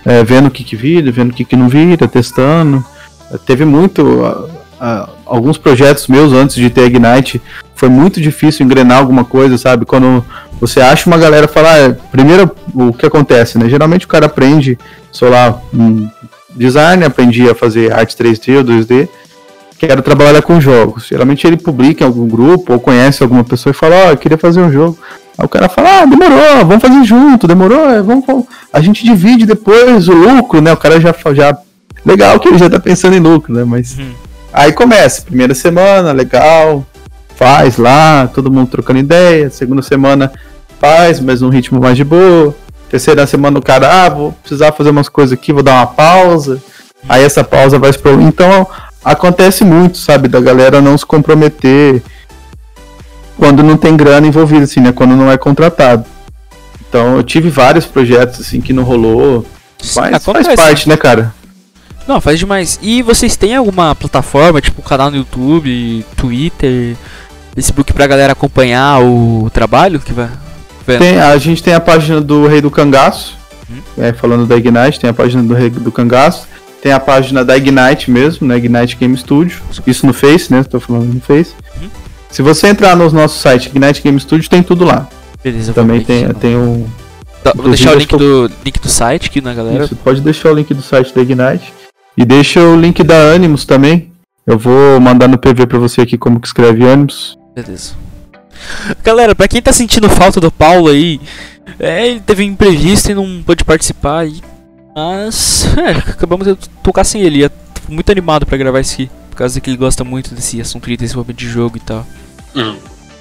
Speaker 2: é, vendo o que que vira, vendo o que que não vira, testando. Teve muito, uh, uh, alguns projetos meus antes de ter Ignite, foi muito difícil engrenar alguma coisa, sabe? Quando você acha uma galera falar, ah, primeiro o que acontece, né? Geralmente o cara aprende, sei lá, um design, aprendi a fazer arte três D ou dois D, quero trabalhar com jogos. Geralmente ele publica em algum grupo ou conhece alguma pessoa e fala, ó, oh, eu queria fazer um jogo. Aí o cara fala, ah, demorou, vamos fazer junto, demorou, vamos, vamos. A gente divide depois o lucro, né? O cara já, já legal que ele já tá pensando em lucro, né? Mas uhum. Aí começa, primeira semana, legal, faz lá, todo mundo trocando ideia. Segunda semana faz, mas num ritmo mais de boa. Terceira semana o cara, ah, vou precisar fazer umas coisas aqui, vou dar uma pausa. Uhum. Aí essa pausa vai pro... Então acontece muito, sabe, da galera não se comprometer quando não tem grana envolvida, assim, né? Quando não é contratado. Então eu tive vários projetos assim que não rolou, mas faz parte, né, cara?
Speaker 1: Não, faz demais. E vocês têm alguma plataforma, tipo canal no YouTube, Twitter, Facebook pra galera acompanhar o trabalho que vai?
Speaker 2: Tem, a gente tem a página do Rei do Cangaço, hum? é, falando da Ignite, tem a página do Rei do Cangaço, tem a página da Ignite mesmo, né, Ignite Game Studio, isso no Face, né, tô falando no Face. Hum? Se você entrar no nosso site, Ignite Game Studio, tem tudo lá. Beleza, também tem, tem o...
Speaker 1: Tá, vou deixar o link, tô... do, link do site aqui na galera.
Speaker 2: Isso, pode deixar o link do site da Ignite. E deixa o link da Animus também. Eu vou mandar no P V pra você aqui como que escreve Animus.
Speaker 1: Beleza. Galera, pra quem tá sentindo falta do Paulo aí, é, ele teve um imprevisto e não pôde participar aí. Mas, é, acabamos de tocar sem ele. Eu tô muito animado pra gravar isso aqui. Por causa que ele gosta muito desse assunto de desenvolvimento de jogo e tal. Hum.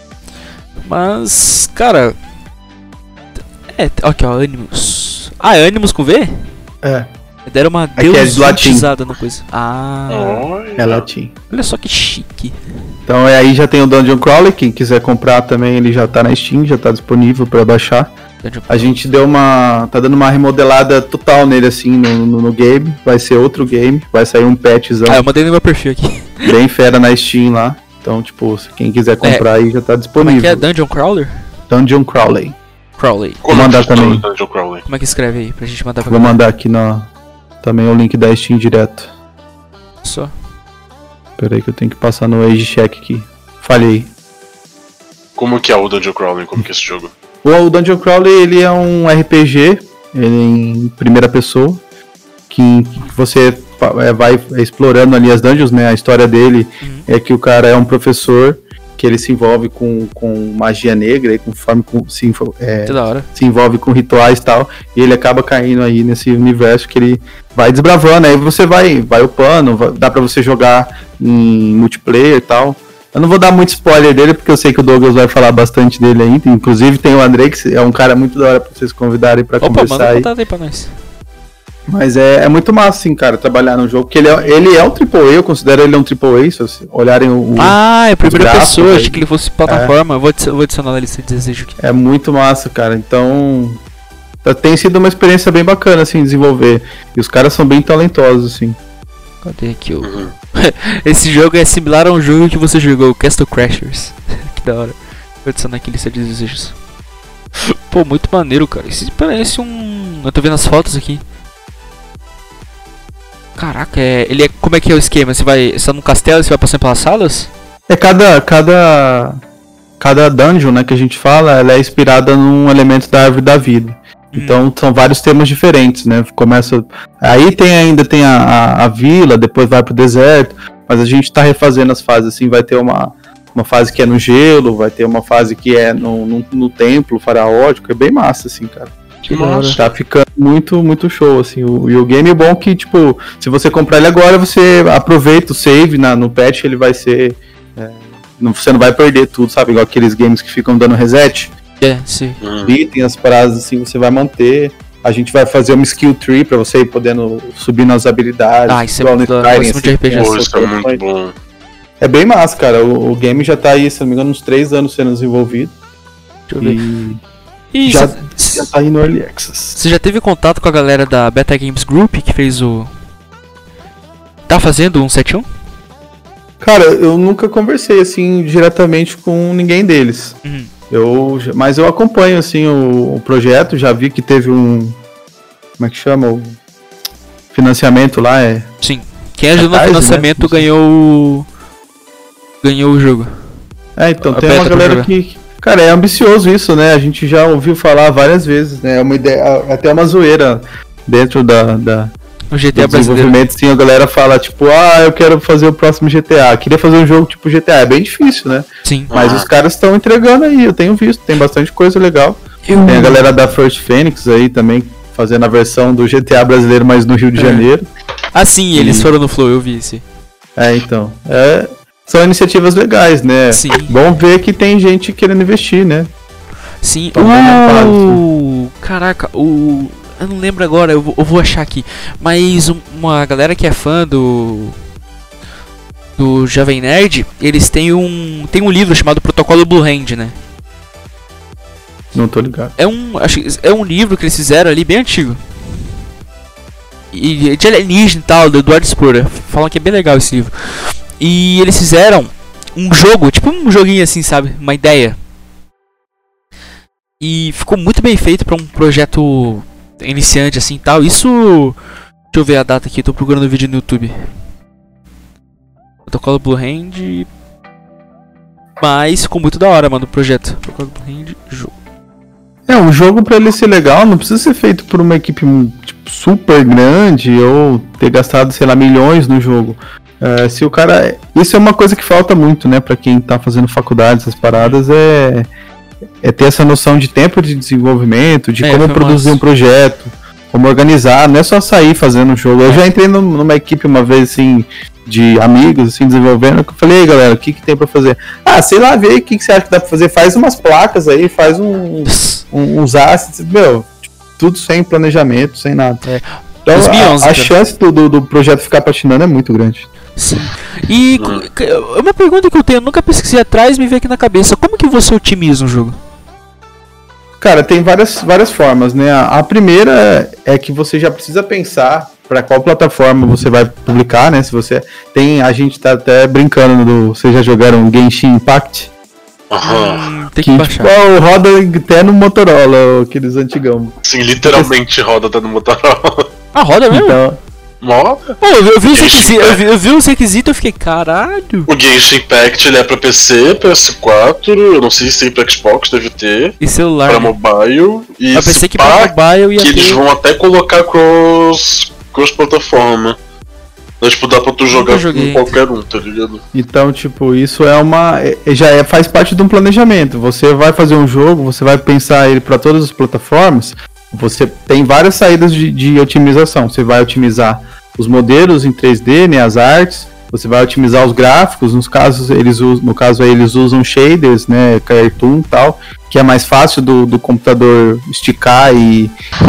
Speaker 1: Mas, cara... É, aqui ó, Animus. Ah, é Animus com V?
Speaker 2: É.
Speaker 1: Deram uma deusizada na coisa. Ah,
Speaker 2: é latim.
Speaker 1: Olha só que chique.
Speaker 2: Então é, aí já tem o Dungeon Crawler, quem quiser comprar também, ele já tá na Steam, já tá disponível pra baixar. A gente deu uma... tá dando uma remodelada total nele assim no, no, no game, vai ser outro game, vai sair um patchzão.
Speaker 1: Ah, eu mandei no meu perfil aqui.
Speaker 2: Bem fera na Steam lá, então tipo, se quem quiser comprar é, aí já tá disponível.
Speaker 1: Como é que é? Dungeon Crawler?
Speaker 2: Dungeon Crawler.
Speaker 1: Crowley.
Speaker 2: Vou mandar também.
Speaker 1: Como é que escreve aí, pra gente mandar pra
Speaker 2: Vou cá. Mandar aqui na... também o link da Steam direto.
Speaker 1: Só.
Speaker 2: Espera aí que eu tenho que passar no Age Check aqui. Falhei.
Speaker 3: Como que é o Dungeon Crawler? Como que é esse jogo?
Speaker 2: O Dungeon Crawler, ele é um R P G, ele é em primeira pessoa, que, que você vai explorando ali as dungeons, né? A história dele uhum. é que o cara é um professor que ele se envolve com, com magia negra e conforme com, se, é, se envolve com rituais e tal, e ele acaba caindo aí nesse universo que ele vai desbravando, aí você vai, vai upando, vai, dá pra você jogar em multiplayer e tal. Eu não vou dar muito spoiler dele, porque eu sei que o Douglas vai falar bastante dele ainda, inclusive tem o Andrei, que é um cara muito da hora pra vocês convidarem pra Opa, conversar manda aí. Contato aí pra nós. Mas é, é muito massa, assim, cara, trabalhar no jogo, porque ele é, ele é um triplo A, eu considero ele um triplo A, se vocês olharem o...
Speaker 1: Ah, é a primeira pessoa, aí. Achei que ele fosse plataforma, é. eu vou, vou adicionar na lista de desejo aqui.
Speaker 2: É muito massa, cara, então... Tem sido uma experiência bem bacana, assim, desenvolver, e os caras são bem talentosos, assim.
Speaker 1: Cadê aqui o... Uhum. Esse jogo é similar a um jogo que você jogou, Castle Crashers. Que da hora. Vou adicionar aqui a lista de desejos. Pô, muito maneiro, cara, esse parece um... Eu tô vendo as fotos aqui. Caraca, é, ele é, como é que é o esquema? Você vai, você tá num castelo e você vai passando pelas salas?
Speaker 2: É cada, cada, cada dungeon, né, que a gente fala, ela é inspirada num elemento da árvore da vida. Hum. Então são vários temas diferentes, né? Começa, aí tem ainda tem a, a, a vila, depois vai pro deserto, mas a gente tá refazendo as fases, assim, vai ter uma, uma fase que é no gelo, vai ter uma fase que é no, no, no templo faraótico, é bem massa, assim, cara. Que massa. Tá ficando muito, muito show, assim, o, e o game é bom que, tipo, se você comprar ele agora, você aproveita o save na, no patch, ele vai ser, é, não, você não vai perder tudo, sabe, igual aqueles games que ficam dando reset.
Speaker 1: É, sim.
Speaker 2: Hum. E tem as paradas, assim, você vai manter, a gente vai fazer uma skill tree pra você ir podendo subir nas habilidades.
Speaker 1: Ah, isso é muito bom, assim, de R P G.
Speaker 3: Pô, isso é muito bom.
Speaker 2: É bem massa, cara, o, o game já tá aí, se não me engano, uns três anos sendo desenvolvido. Deixa eu ver. E... E já, cê, já tá aí no Early Access.
Speaker 1: Você já teve contato com a galera da Beta Games Group que fez o... Tá fazendo o cento e setenta e um?
Speaker 2: Cara, eu nunca conversei assim diretamente com ninguém deles. Uhum. Eu, mas eu acompanho assim o, o projeto, já vi que teve um... Como é que chama? O financiamento lá é...
Speaker 1: Sim. Quem ajudou no
Speaker 2: Catarse,
Speaker 1: financiamento
Speaker 2: né?
Speaker 1: ganhou o... ganhou o jogo.
Speaker 2: É, então
Speaker 1: A
Speaker 2: tem
Speaker 1: beta
Speaker 2: uma
Speaker 1: pra
Speaker 2: galera
Speaker 1: jogar.
Speaker 2: que... Cara, é ambicioso isso, né? A gente já ouviu falar várias vezes, né? É uma ideia, até uma zoeira dentro da, da,
Speaker 1: O G T
Speaker 2: do
Speaker 1: A brasileiro.
Speaker 2: desenvolvimento, sim, a galera fala, tipo, ah, eu quero fazer o próximo G T A. Queria fazer um jogo tipo G T A. É bem difícil, né?
Speaker 1: Sim.
Speaker 2: Mas
Speaker 3: Ah.
Speaker 2: os caras estão entregando aí, eu tenho visto, tem bastante coisa legal.
Speaker 1: Eu...
Speaker 2: Tem a galera da First Phoenix aí também, fazendo a versão do G T A brasileiro, mas no Rio de
Speaker 1: É.
Speaker 2: Janeiro.
Speaker 1: Ah, sim, eles
Speaker 2: Sim.
Speaker 1: foram no Flow, eu vi esse.
Speaker 2: É, então. É, são iniciativas legais, né?
Speaker 1: Sim.
Speaker 2: Bom ver que tem gente querendo investir, né?
Speaker 1: Sim.
Speaker 2: Tá bem marcado,
Speaker 1: O... Caraca, o... Eu não lembro agora, eu vou, eu vou achar aqui. Mas um- uma galera que é fã do... do Jovem Nerd, eles têm um... tem um livro chamado Protocolo Blue Hand, né?
Speaker 2: Não tô ligado.
Speaker 1: É um, acho, que é um livro que eles fizeram ali bem antigo. E de alienígena e tal, do Eduardo Spora. Falam que é bem legal esse livro. E eles fizeram um jogo, tipo um joguinho assim, sabe? Uma ideia. E ficou muito bem feito pra um projeto iniciante assim e tal. Isso. Deixa eu ver a data aqui, tô procurando o vídeo no YouTube. Protocolo Blue Hand. Mas ficou muito da hora, mano, o projeto. Protocolo Blue Hand, jogo.
Speaker 2: É, um jogo pra ele ser legal não precisa ser feito por uma equipe tipo, super grande ou ter gastado, sei lá, milhões no jogo. É, se o cara... Isso é uma coisa que falta muito, né, pra quem tá fazendo faculdade, essas paradas, é, é ter essa noção de tempo de desenvolvimento, de
Speaker 1: É,
Speaker 2: como
Speaker 1: foi
Speaker 2: produzir
Speaker 1: massa.
Speaker 2: um projeto, como organizar, não é só sair fazendo um jogo. Eu já entrei num- numa equipe uma vez, assim, de amigos, assim, desenvolvendo, que eu falei, ei, galera, o que que tem pra fazer? Ah, sei lá, vê aí o que que você acha que dá pra fazer, faz umas placas aí, faz um... um- uns assets, meu, tudo sem planejamento, sem nada.
Speaker 1: É.
Speaker 2: Então
Speaker 1: dois mil e onze,
Speaker 2: a, a
Speaker 1: cara.
Speaker 2: chance do, do, do projeto ficar patinando é muito grande.
Speaker 1: Sim. E
Speaker 3: Hum.
Speaker 1: c- c- uma pergunta que eu tenho, eu nunca pesquisei atrás, me veio aqui na cabeça. Como que você otimiza um jogo?
Speaker 2: Cara, tem várias, várias formas, né? A, a primeira é que você já precisa pensar para qual plataforma você vai publicar, né? Se você tem, a gente tá até brincando do, vocês já jogaram Genshin Impact?
Speaker 3: Aham.
Speaker 1: Hum, tem que,
Speaker 2: Que
Speaker 1: baixar.
Speaker 2: tipo, ó, roda até no Motorola, aqueles antigão.
Speaker 3: Sim, literalmente roda tá no Motorola.
Speaker 1: Ah, roda mesmo?
Speaker 2: Então,
Speaker 3: Roda.
Speaker 1: Pô, eu, vi- eu vi os
Speaker 3: Genshin
Speaker 1: requisitos, eu, vi,
Speaker 3: Impact.
Speaker 1: eu vi os requisitos e eu fiquei, caralho.
Speaker 3: O Genshin Impact ele é pra P C, P S quatro, eu não sei se tem pra Xbox, deve ter,
Speaker 1: E celular.
Speaker 3: pra
Speaker 1: né?
Speaker 3: mobile. E
Speaker 1: Eu
Speaker 3: esse
Speaker 1: pensei que
Speaker 3: pá,
Speaker 1: pra mobile ia
Speaker 3: que eles
Speaker 1: ter.
Speaker 3: vão até colocar cross, cross plataforma. Então, tipo, dá pra tu jogar
Speaker 1: joguei.
Speaker 3: com qualquer um, tá ligado?
Speaker 2: Então, tipo, isso é uma. é- já é, faz parte de um planejamento. Você vai fazer um jogo, você vai pensar ele para todas as plataformas. Você tem várias saídas de, de otimização. Você vai otimizar os modelos em três D, né, as artes. Você vai otimizar os gráficos. Nos casos, eles usam, no caso aí, eles usam shaders, né, cartoon e tal, que é mais fácil do, do computador esticar e,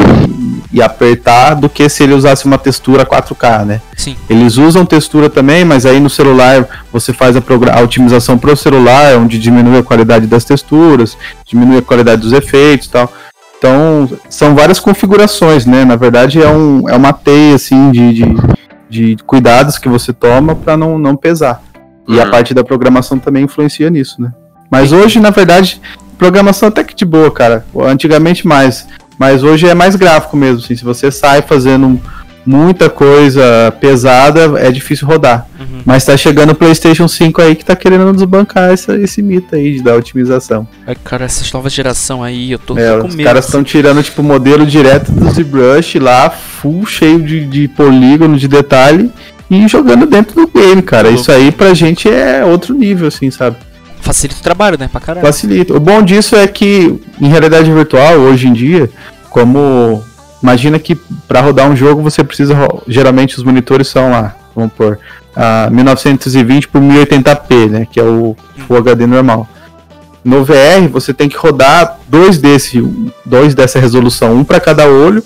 Speaker 2: e, e apertar do que se ele usasse uma textura quatro K, né?
Speaker 1: Sim.
Speaker 2: Eles usam textura também, mas aí no celular você faz a, progra- a otimização para o celular, onde diminui a qualidade das texturas, diminui a qualidade dos efeitos e tal. Então, são várias configurações, né? Na verdade, é, um, é uma teia, assim, de, de, de cuidados que você toma para não, não pesar. E a
Speaker 3: Uhum.
Speaker 2: parte da programação também influencia nisso, né? Mas hoje, na verdade, programação até que de boa, cara. Antigamente mais. Mas hoje é mais gráfico mesmo, assim. Se você sai fazendo muita coisa pesada, é difícil rodar.
Speaker 1: Uhum.
Speaker 2: Mas tá chegando o PlayStation cinco aí que tá querendo desbancar essa, esse mito aí de da otimização.
Speaker 1: Ai, cara, essas novas geração aí, eu tô,
Speaker 2: É,
Speaker 1: tô com
Speaker 2: os
Speaker 1: medo.
Speaker 2: caras estão tirando tipo o modelo direto do ZBrush lá, full cheio de, de polígono, de detalhe, e jogando dentro do game, cara.
Speaker 1: Louco.
Speaker 2: Isso aí pra gente é outro nível, assim, sabe?
Speaker 1: Facilita o trabalho, né? Pra caralho.
Speaker 2: Facilita. O bom disso é que em realidade virtual, hoje em dia, como imagina que para rodar um jogo você precisa, ro- geralmente os monitores são lá, vamos pôr, a mil novecentos e vinte por mil e oitenta p, né, que é o Full H D normal. No V R você tem que rodar dois desse, dois dessa resolução, um para cada olho,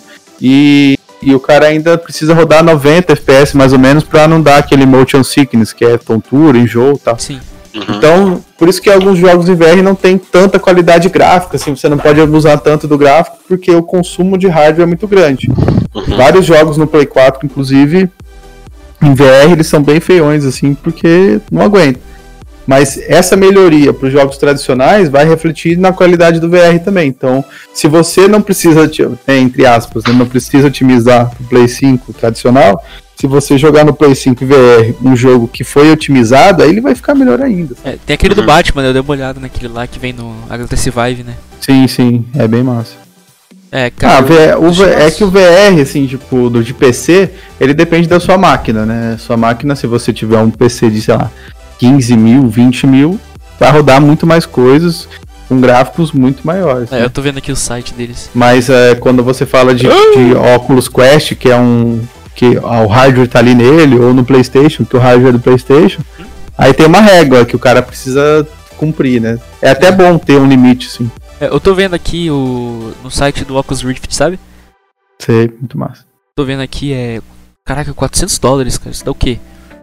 Speaker 2: e, e o cara ainda precisa rodar noventa F P S mais ou menos para não dar aquele motion sickness, que é tontura, enjoo e tal.
Speaker 1: Sim.
Speaker 3: Uhum.
Speaker 2: Então, por isso que alguns jogos em V R não tem tanta qualidade gráfica, assim, você não pode abusar tanto do gráfico, porque o consumo de hardware é muito grande.
Speaker 3: Uhum.
Speaker 2: Vários jogos no Play quatro, inclusive, em V R, eles são bem feiões, assim, porque não aguenta. Mas essa melhoria para os jogos tradicionais vai refletir na qualidade do V R também. Então, se você não precisa, entre aspas, né, não precisa otimizar o Play cinco tradicional, se você jogar no Play cinco V R um jogo que foi otimizado, aí ele vai ficar melhor ainda.
Speaker 1: É, tem aquele do Batman, eu dei uma olhada naquele lá que vem no H T C Vive, né?
Speaker 2: Sim, sim, é bem massa.
Speaker 1: É, cara,
Speaker 2: ah, o V R, é que o V R, assim, tipo, do de P C, ele depende da sua máquina, né? Sua máquina, se você tiver um P C de, sei lá, quinze mil, vinte mil, vai rodar muito mais coisas com gráficos muito maiores.
Speaker 1: É,
Speaker 2: né?
Speaker 1: eu tô vendo aqui o site deles.
Speaker 2: Mas é, quando você fala de, de Oculus Quest, que é um... que ó, o hardware tá ali nele, ou no PlayStation, que o hardware é do PlayStation, aí tem uma régua que o cara precisa cumprir, né? É até bom ter um limite, assim.
Speaker 1: É, eu tô vendo aqui o no site do Oculus Rift, sabe?
Speaker 2: Sei, muito massa.
Speaker 1: Tô vendo aqui, é... Caraca, quatrocentos dólares, cara. Isso dá o quê?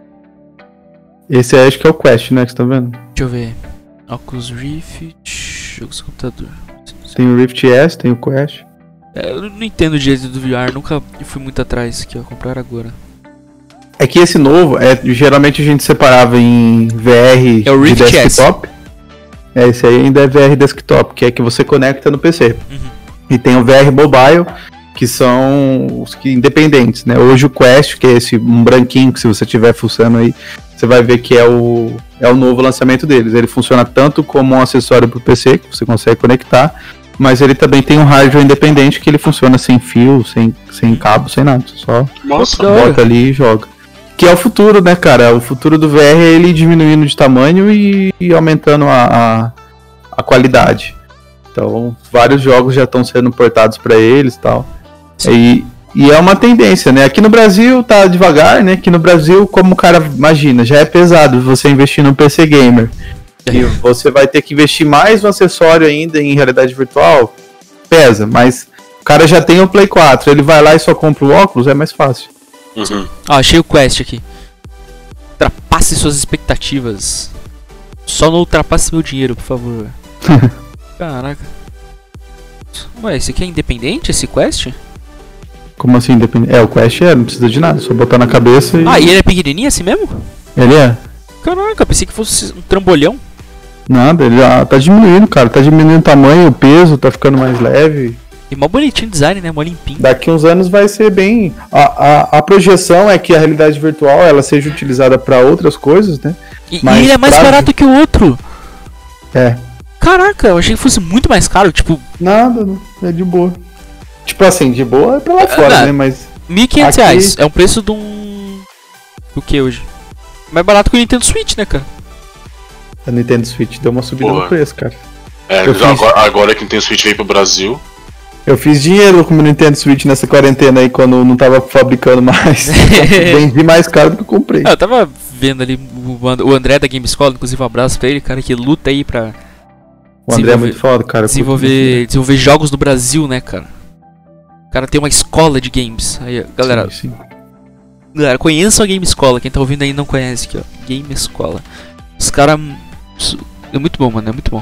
Speaker 2: Esse aí acho que é o Quest, né, que você tá vendo?
Speaker 1: Deixa eu ver. Oculus Rift... Jogos de computador.
Speaker 2: Tem o Rift S, tem o Quest.
Speaker 1: É, eu não entendo direito do V R, nunca fui muito atrás aqui, ó. Comprar agora.
Speaker 2: É que esse novo, é, geralmente a gente separava em V R
Speaker 1: é o
Speaker 2: de
Speaker 1: Rift
Speaker 2: desktop.
Speaker 1: S.
Speaker 2: É, esse aí ainda é V R desktop, que é que você conecta no P C.
Speaker 1: Uhum.
Speaker 2: E tem o V R mobile, que são os que independentes, né? Hoje o Quest, que é esse um branquinho que se você estiver fuçando aí, você vai ver que é o, é o novo lançamento deles. Ele funciona tanto como um acessório para o P C, que você consegue conectar, mas ele também tem um hardware independente que ele funciona sem fio, sem, sem cabo, sem nada. Só
Speaker 3: Nossa,
Speaker 2: bota ali e joga. Que é o futuro, né, cara? O futuro do V R é ele diminuindo de tamanho e, e aumentando a, a, a qualidade. Então, vários jogos já estão sendo portados para eles e tal. E, e é uma tendência, né? Aqui no Brasil tá devagar, né? Aqui no Brasil, como o cara imagina, já é pesado você investir no P C Gamer. E você vai ter que investir mais no acessório ainda em realidade virtual. Pesa, mas o cara já tem o Play quatro, ele vai lá e só compra o óculos, é mais fácil.
Speaker 3: Uhum.
Speaker 1: Ó, achei o Quest aqui. Ultrapasse suas expectativas. Só não ultrapasse meu dinheiro, por favor. Caraca. Ué, esse aqui é independente, esse Quest?
Speaker 2: Como assim independente? É, o Quest é, não precisa de nada, só botar na cabeça e...
Speaker 1: Ah, e ele é pequenininho assim mesmo?
Speaker 2: Ele é.
Speaker 1: Caraca, pensei que fosse um trambolhão.
Speaker 2: Nada, ele já tá diminuindo, cara. Tá diminuindo o tamanho, o peso, tá ficando mais leve.
Speaker 1: E mó bonitinho o design, né? Mó limpinho.
Speaker 2: Daqui uns anos vai ser bem... A, a, a projeção é que a realidade virtual ela seja utilizada pra outras coisas, né?
Speaker 1: E, e ele é mais pra... barato que o outro.
Speaker 2: É.
Speaker 1: Caraca, eu achei que fosse muito mais caro, tipo...
Speaker 2: Nada, não. É de boa. Tipo assim, de boa é pra lá fora, ah, né? Mas...
Speaker 1: mil e quinhentos reais. É um preço de um... O que hoje? Mais barato que o Nintendo Switch, né, cara?
Speaker 2: A Nintendo Switch deu uma subida
Speaker 3: Boa.
Speaker 2: no preço, cara.
Speaker 3: É,
Speaker 2: eu
Speaker 3: agora,
Speaker 2: fiz...
Speaker 3: agora que o Nintendo Switch veio pro Brasil...
Speaker 2: Eu fiz dinheiro com o Nintendo Switch nessa quarentena aí, quando não tava fabricando mais. Vendi mais caro do que eu comprei.
Speaker 1: Ah, eu tava vendo ali o André da Game Escola, inclusive um abraço pra ele, cara, que luta aí pra...
Speaker 2: O André é muito foda, cara.
Speaker 1: Desenvolver, desenvolver jogos no Brasil, né, cara? O cara tem uma escola de games. Aí, galera...
Speaker 2: Sim, sim.
Speaker 1: Galera, conheçam a Game Escola. Quem tá ouvindo aí não conhece aqui, ó. Game Escola. Os caras... É muito bom, mano, é muito bom.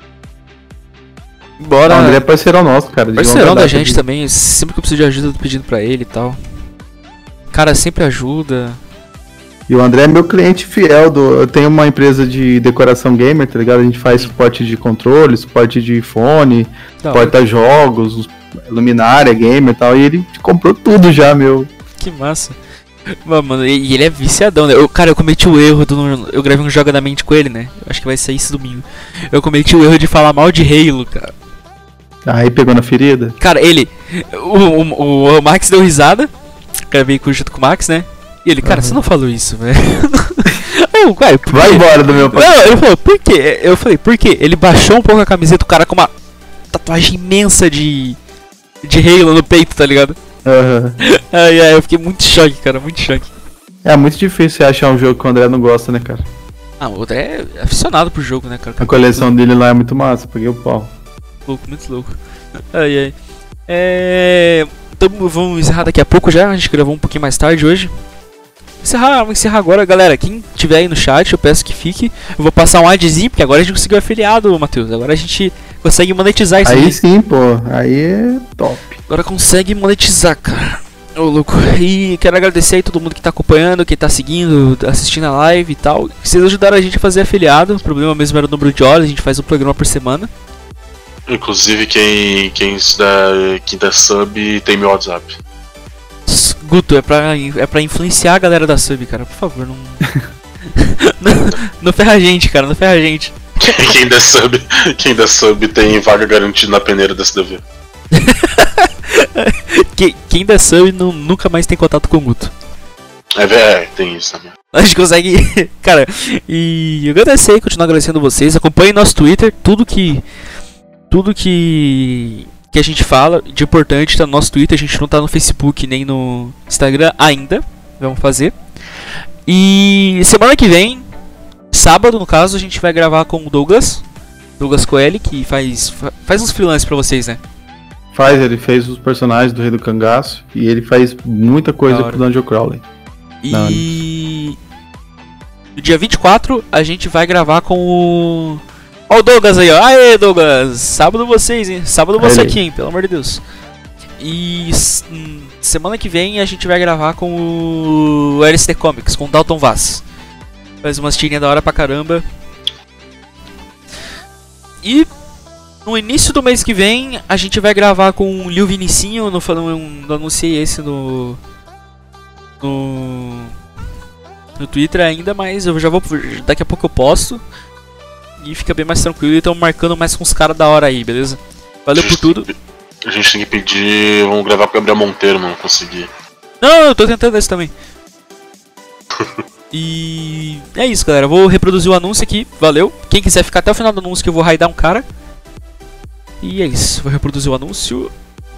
Speaker 1: Bora.
Speaker 2: O André é parceirão nosso, cara.
Speaker 1: Parceirão da gente de... também. Sempre que eu preciso de ajuda, eu tô pedindo pra ele e tal. O cara sempre ajuda.
Speaker 2: E o André é meu cliente fiel. Do... Eu tenho uma empresa de decoração gamer, tá ligado? A gente faz suporte de controle, suporte de fone,
Speaker 1: tá,
Speaker 2: porta-jogos, luminária, gamer e tal. E ele comprou tudo já, meu.
Speaker 1: Que massa. Mano, e ele é viciadão, né? Eu, cara, eu cometi o erro do... Eu gravei um Jogadamente com ele, né? Acho que vai sair esse domingo. Eu cometi o erro de falar mal de Halo, cara.
Speaker 2: Aí pegou na ferida?
Speaker 1: Cara, ele... O, o, o Max deu risada. Gravei junto com o Max, né? E ele, cara, uhum. Você não falou isso, velho. Eu, cara,
Speaker 2: vai embora do meu
Speaker 1: pai. Não, ele falou, por quê? Eu falei, por quê? Ele baixou um pouco a camiseta do cara com uma tatuagem imensa de... De Halo no peito, tá ligado?
Speaker 2: Uhum.
Speaker 1: Ai, ai, eu fiquei muito choque, cara, muito choque.
Speaker 2: É muito difícil você achar um jogo que o André não gosta, né, cara?
Speaker 1: Ah, o André é aficionado pro jogo, né, cara?
Speaker 2: A coleção dele lá é muito massa, peguei o pau.
Speaker 1: Louco, muito louco. Ai, ai. É... Então vamos encerrar daqui a pouco já, a gente gravou um pouquinho mais tarde hoje. Encerrar, vamos encerrar agora, galera. Quem tiver aí no chat, eu peço que fique. Eu vou passar um adzinho, porque agora a gente conseguiu afiliado, Matheus. Agora a gente consegue monetizar isso aí.
Speaker 2: Aí sim, pô. Aí é top.
Speaker 1: Agora consegue monetizar, cara. Ô, louco. E quero agradecer aí todo mundo que tá acompanhando, que tá seguindo, assistindo a live e tal. Vocês ajudaram a gente a fazer afiliado. O problema mesmo era o número de horas, a gente faz um programa por semana.
Speaker 3: Inclusive, quem, quem, se dá, quem dá sub tem meu WhatsApp.
Speaker 1: Guto, é pra, é pra influenciar a galera da sub, cara. Por favor, não. não, não ferra a gente, cara, não ferra a gente.
Speaker 3: Quem dá sub, quem dá sub tem vaga garantida na peneira da S D V.
Speaker 1: Quem, quem dá sub não, nunca mais tem contato com o Guto.
Speaker 3: É, é, tem isso também.
Speaker 1: A gente consegue. Cara, e agradecer, continuar agradecendo vocês. Acompanhem nosso Twitter, tudo que. Tudo que. Que a gente fala de importante tá no nosso Twitter. A gente não tá no Facebook nem no Instagram ainda. Vamos fazer. E semana que vem, sábado no caso, a gente vai gravar com o Douglas. Douglas Coelho, que faz, faz uns freelances pra vocês, né?
Speaker 2: Faz, ele fez os personagens do Rei do Cangaço e ele faz muita coisa pro Dungeon Crawler.
Speaker 1: E no dia vinte e quatro a gente vai gravar com o... Ó o Douglas aí, ó. Aê, Douglas! Sábado vocês, hein? Sábado você aqui, hein? Pelo amor de Deus. E hum, semana que vem a gente vai gravar com o L S D Comics, com o Dalton Vaz. Faz umas tirinhas da hora pra caramba. E no início do mês que vem a gente vai gravar com o Lil Vinicinho. Não, não, não anunciei esse no... No... No Twitter ainda, mas eu já vou... Daqui a pouco eu posto. E fica bem mais tranquilo. E estamos marcando mais com os caras da hora aí, beleza? Valeu por tudo.
Speaker 3: A gente tem que pedir... Vamos gravar com o Gabriel Monteiro, não consegui.
Speaker 1: Não, eu tô tentando esse também. E... É isso, galera. Vou reproduzir o anúncio aqui. Valeu. Quem quiser ficar até o final do anúncio que eu vou raidar um cara. E é isso. Vou reproduzir o anúncio.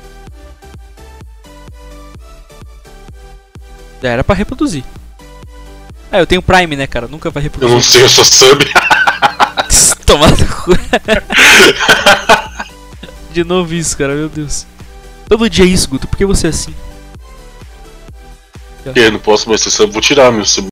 Speaker 1: Já era pra reproduzir. Ah, eu tenho Prime, né, cara? Nunca vai reproduzir.
Speaker 3: Eu não sei, eu sou sub.
Speaker 1: Tomado cu. De novo isso, cara, meu Deus. Todo dia é isso, Guto. Por que você é assim?
Speaker 3: Eu não posso mais ser sub, vou tirar meu sub.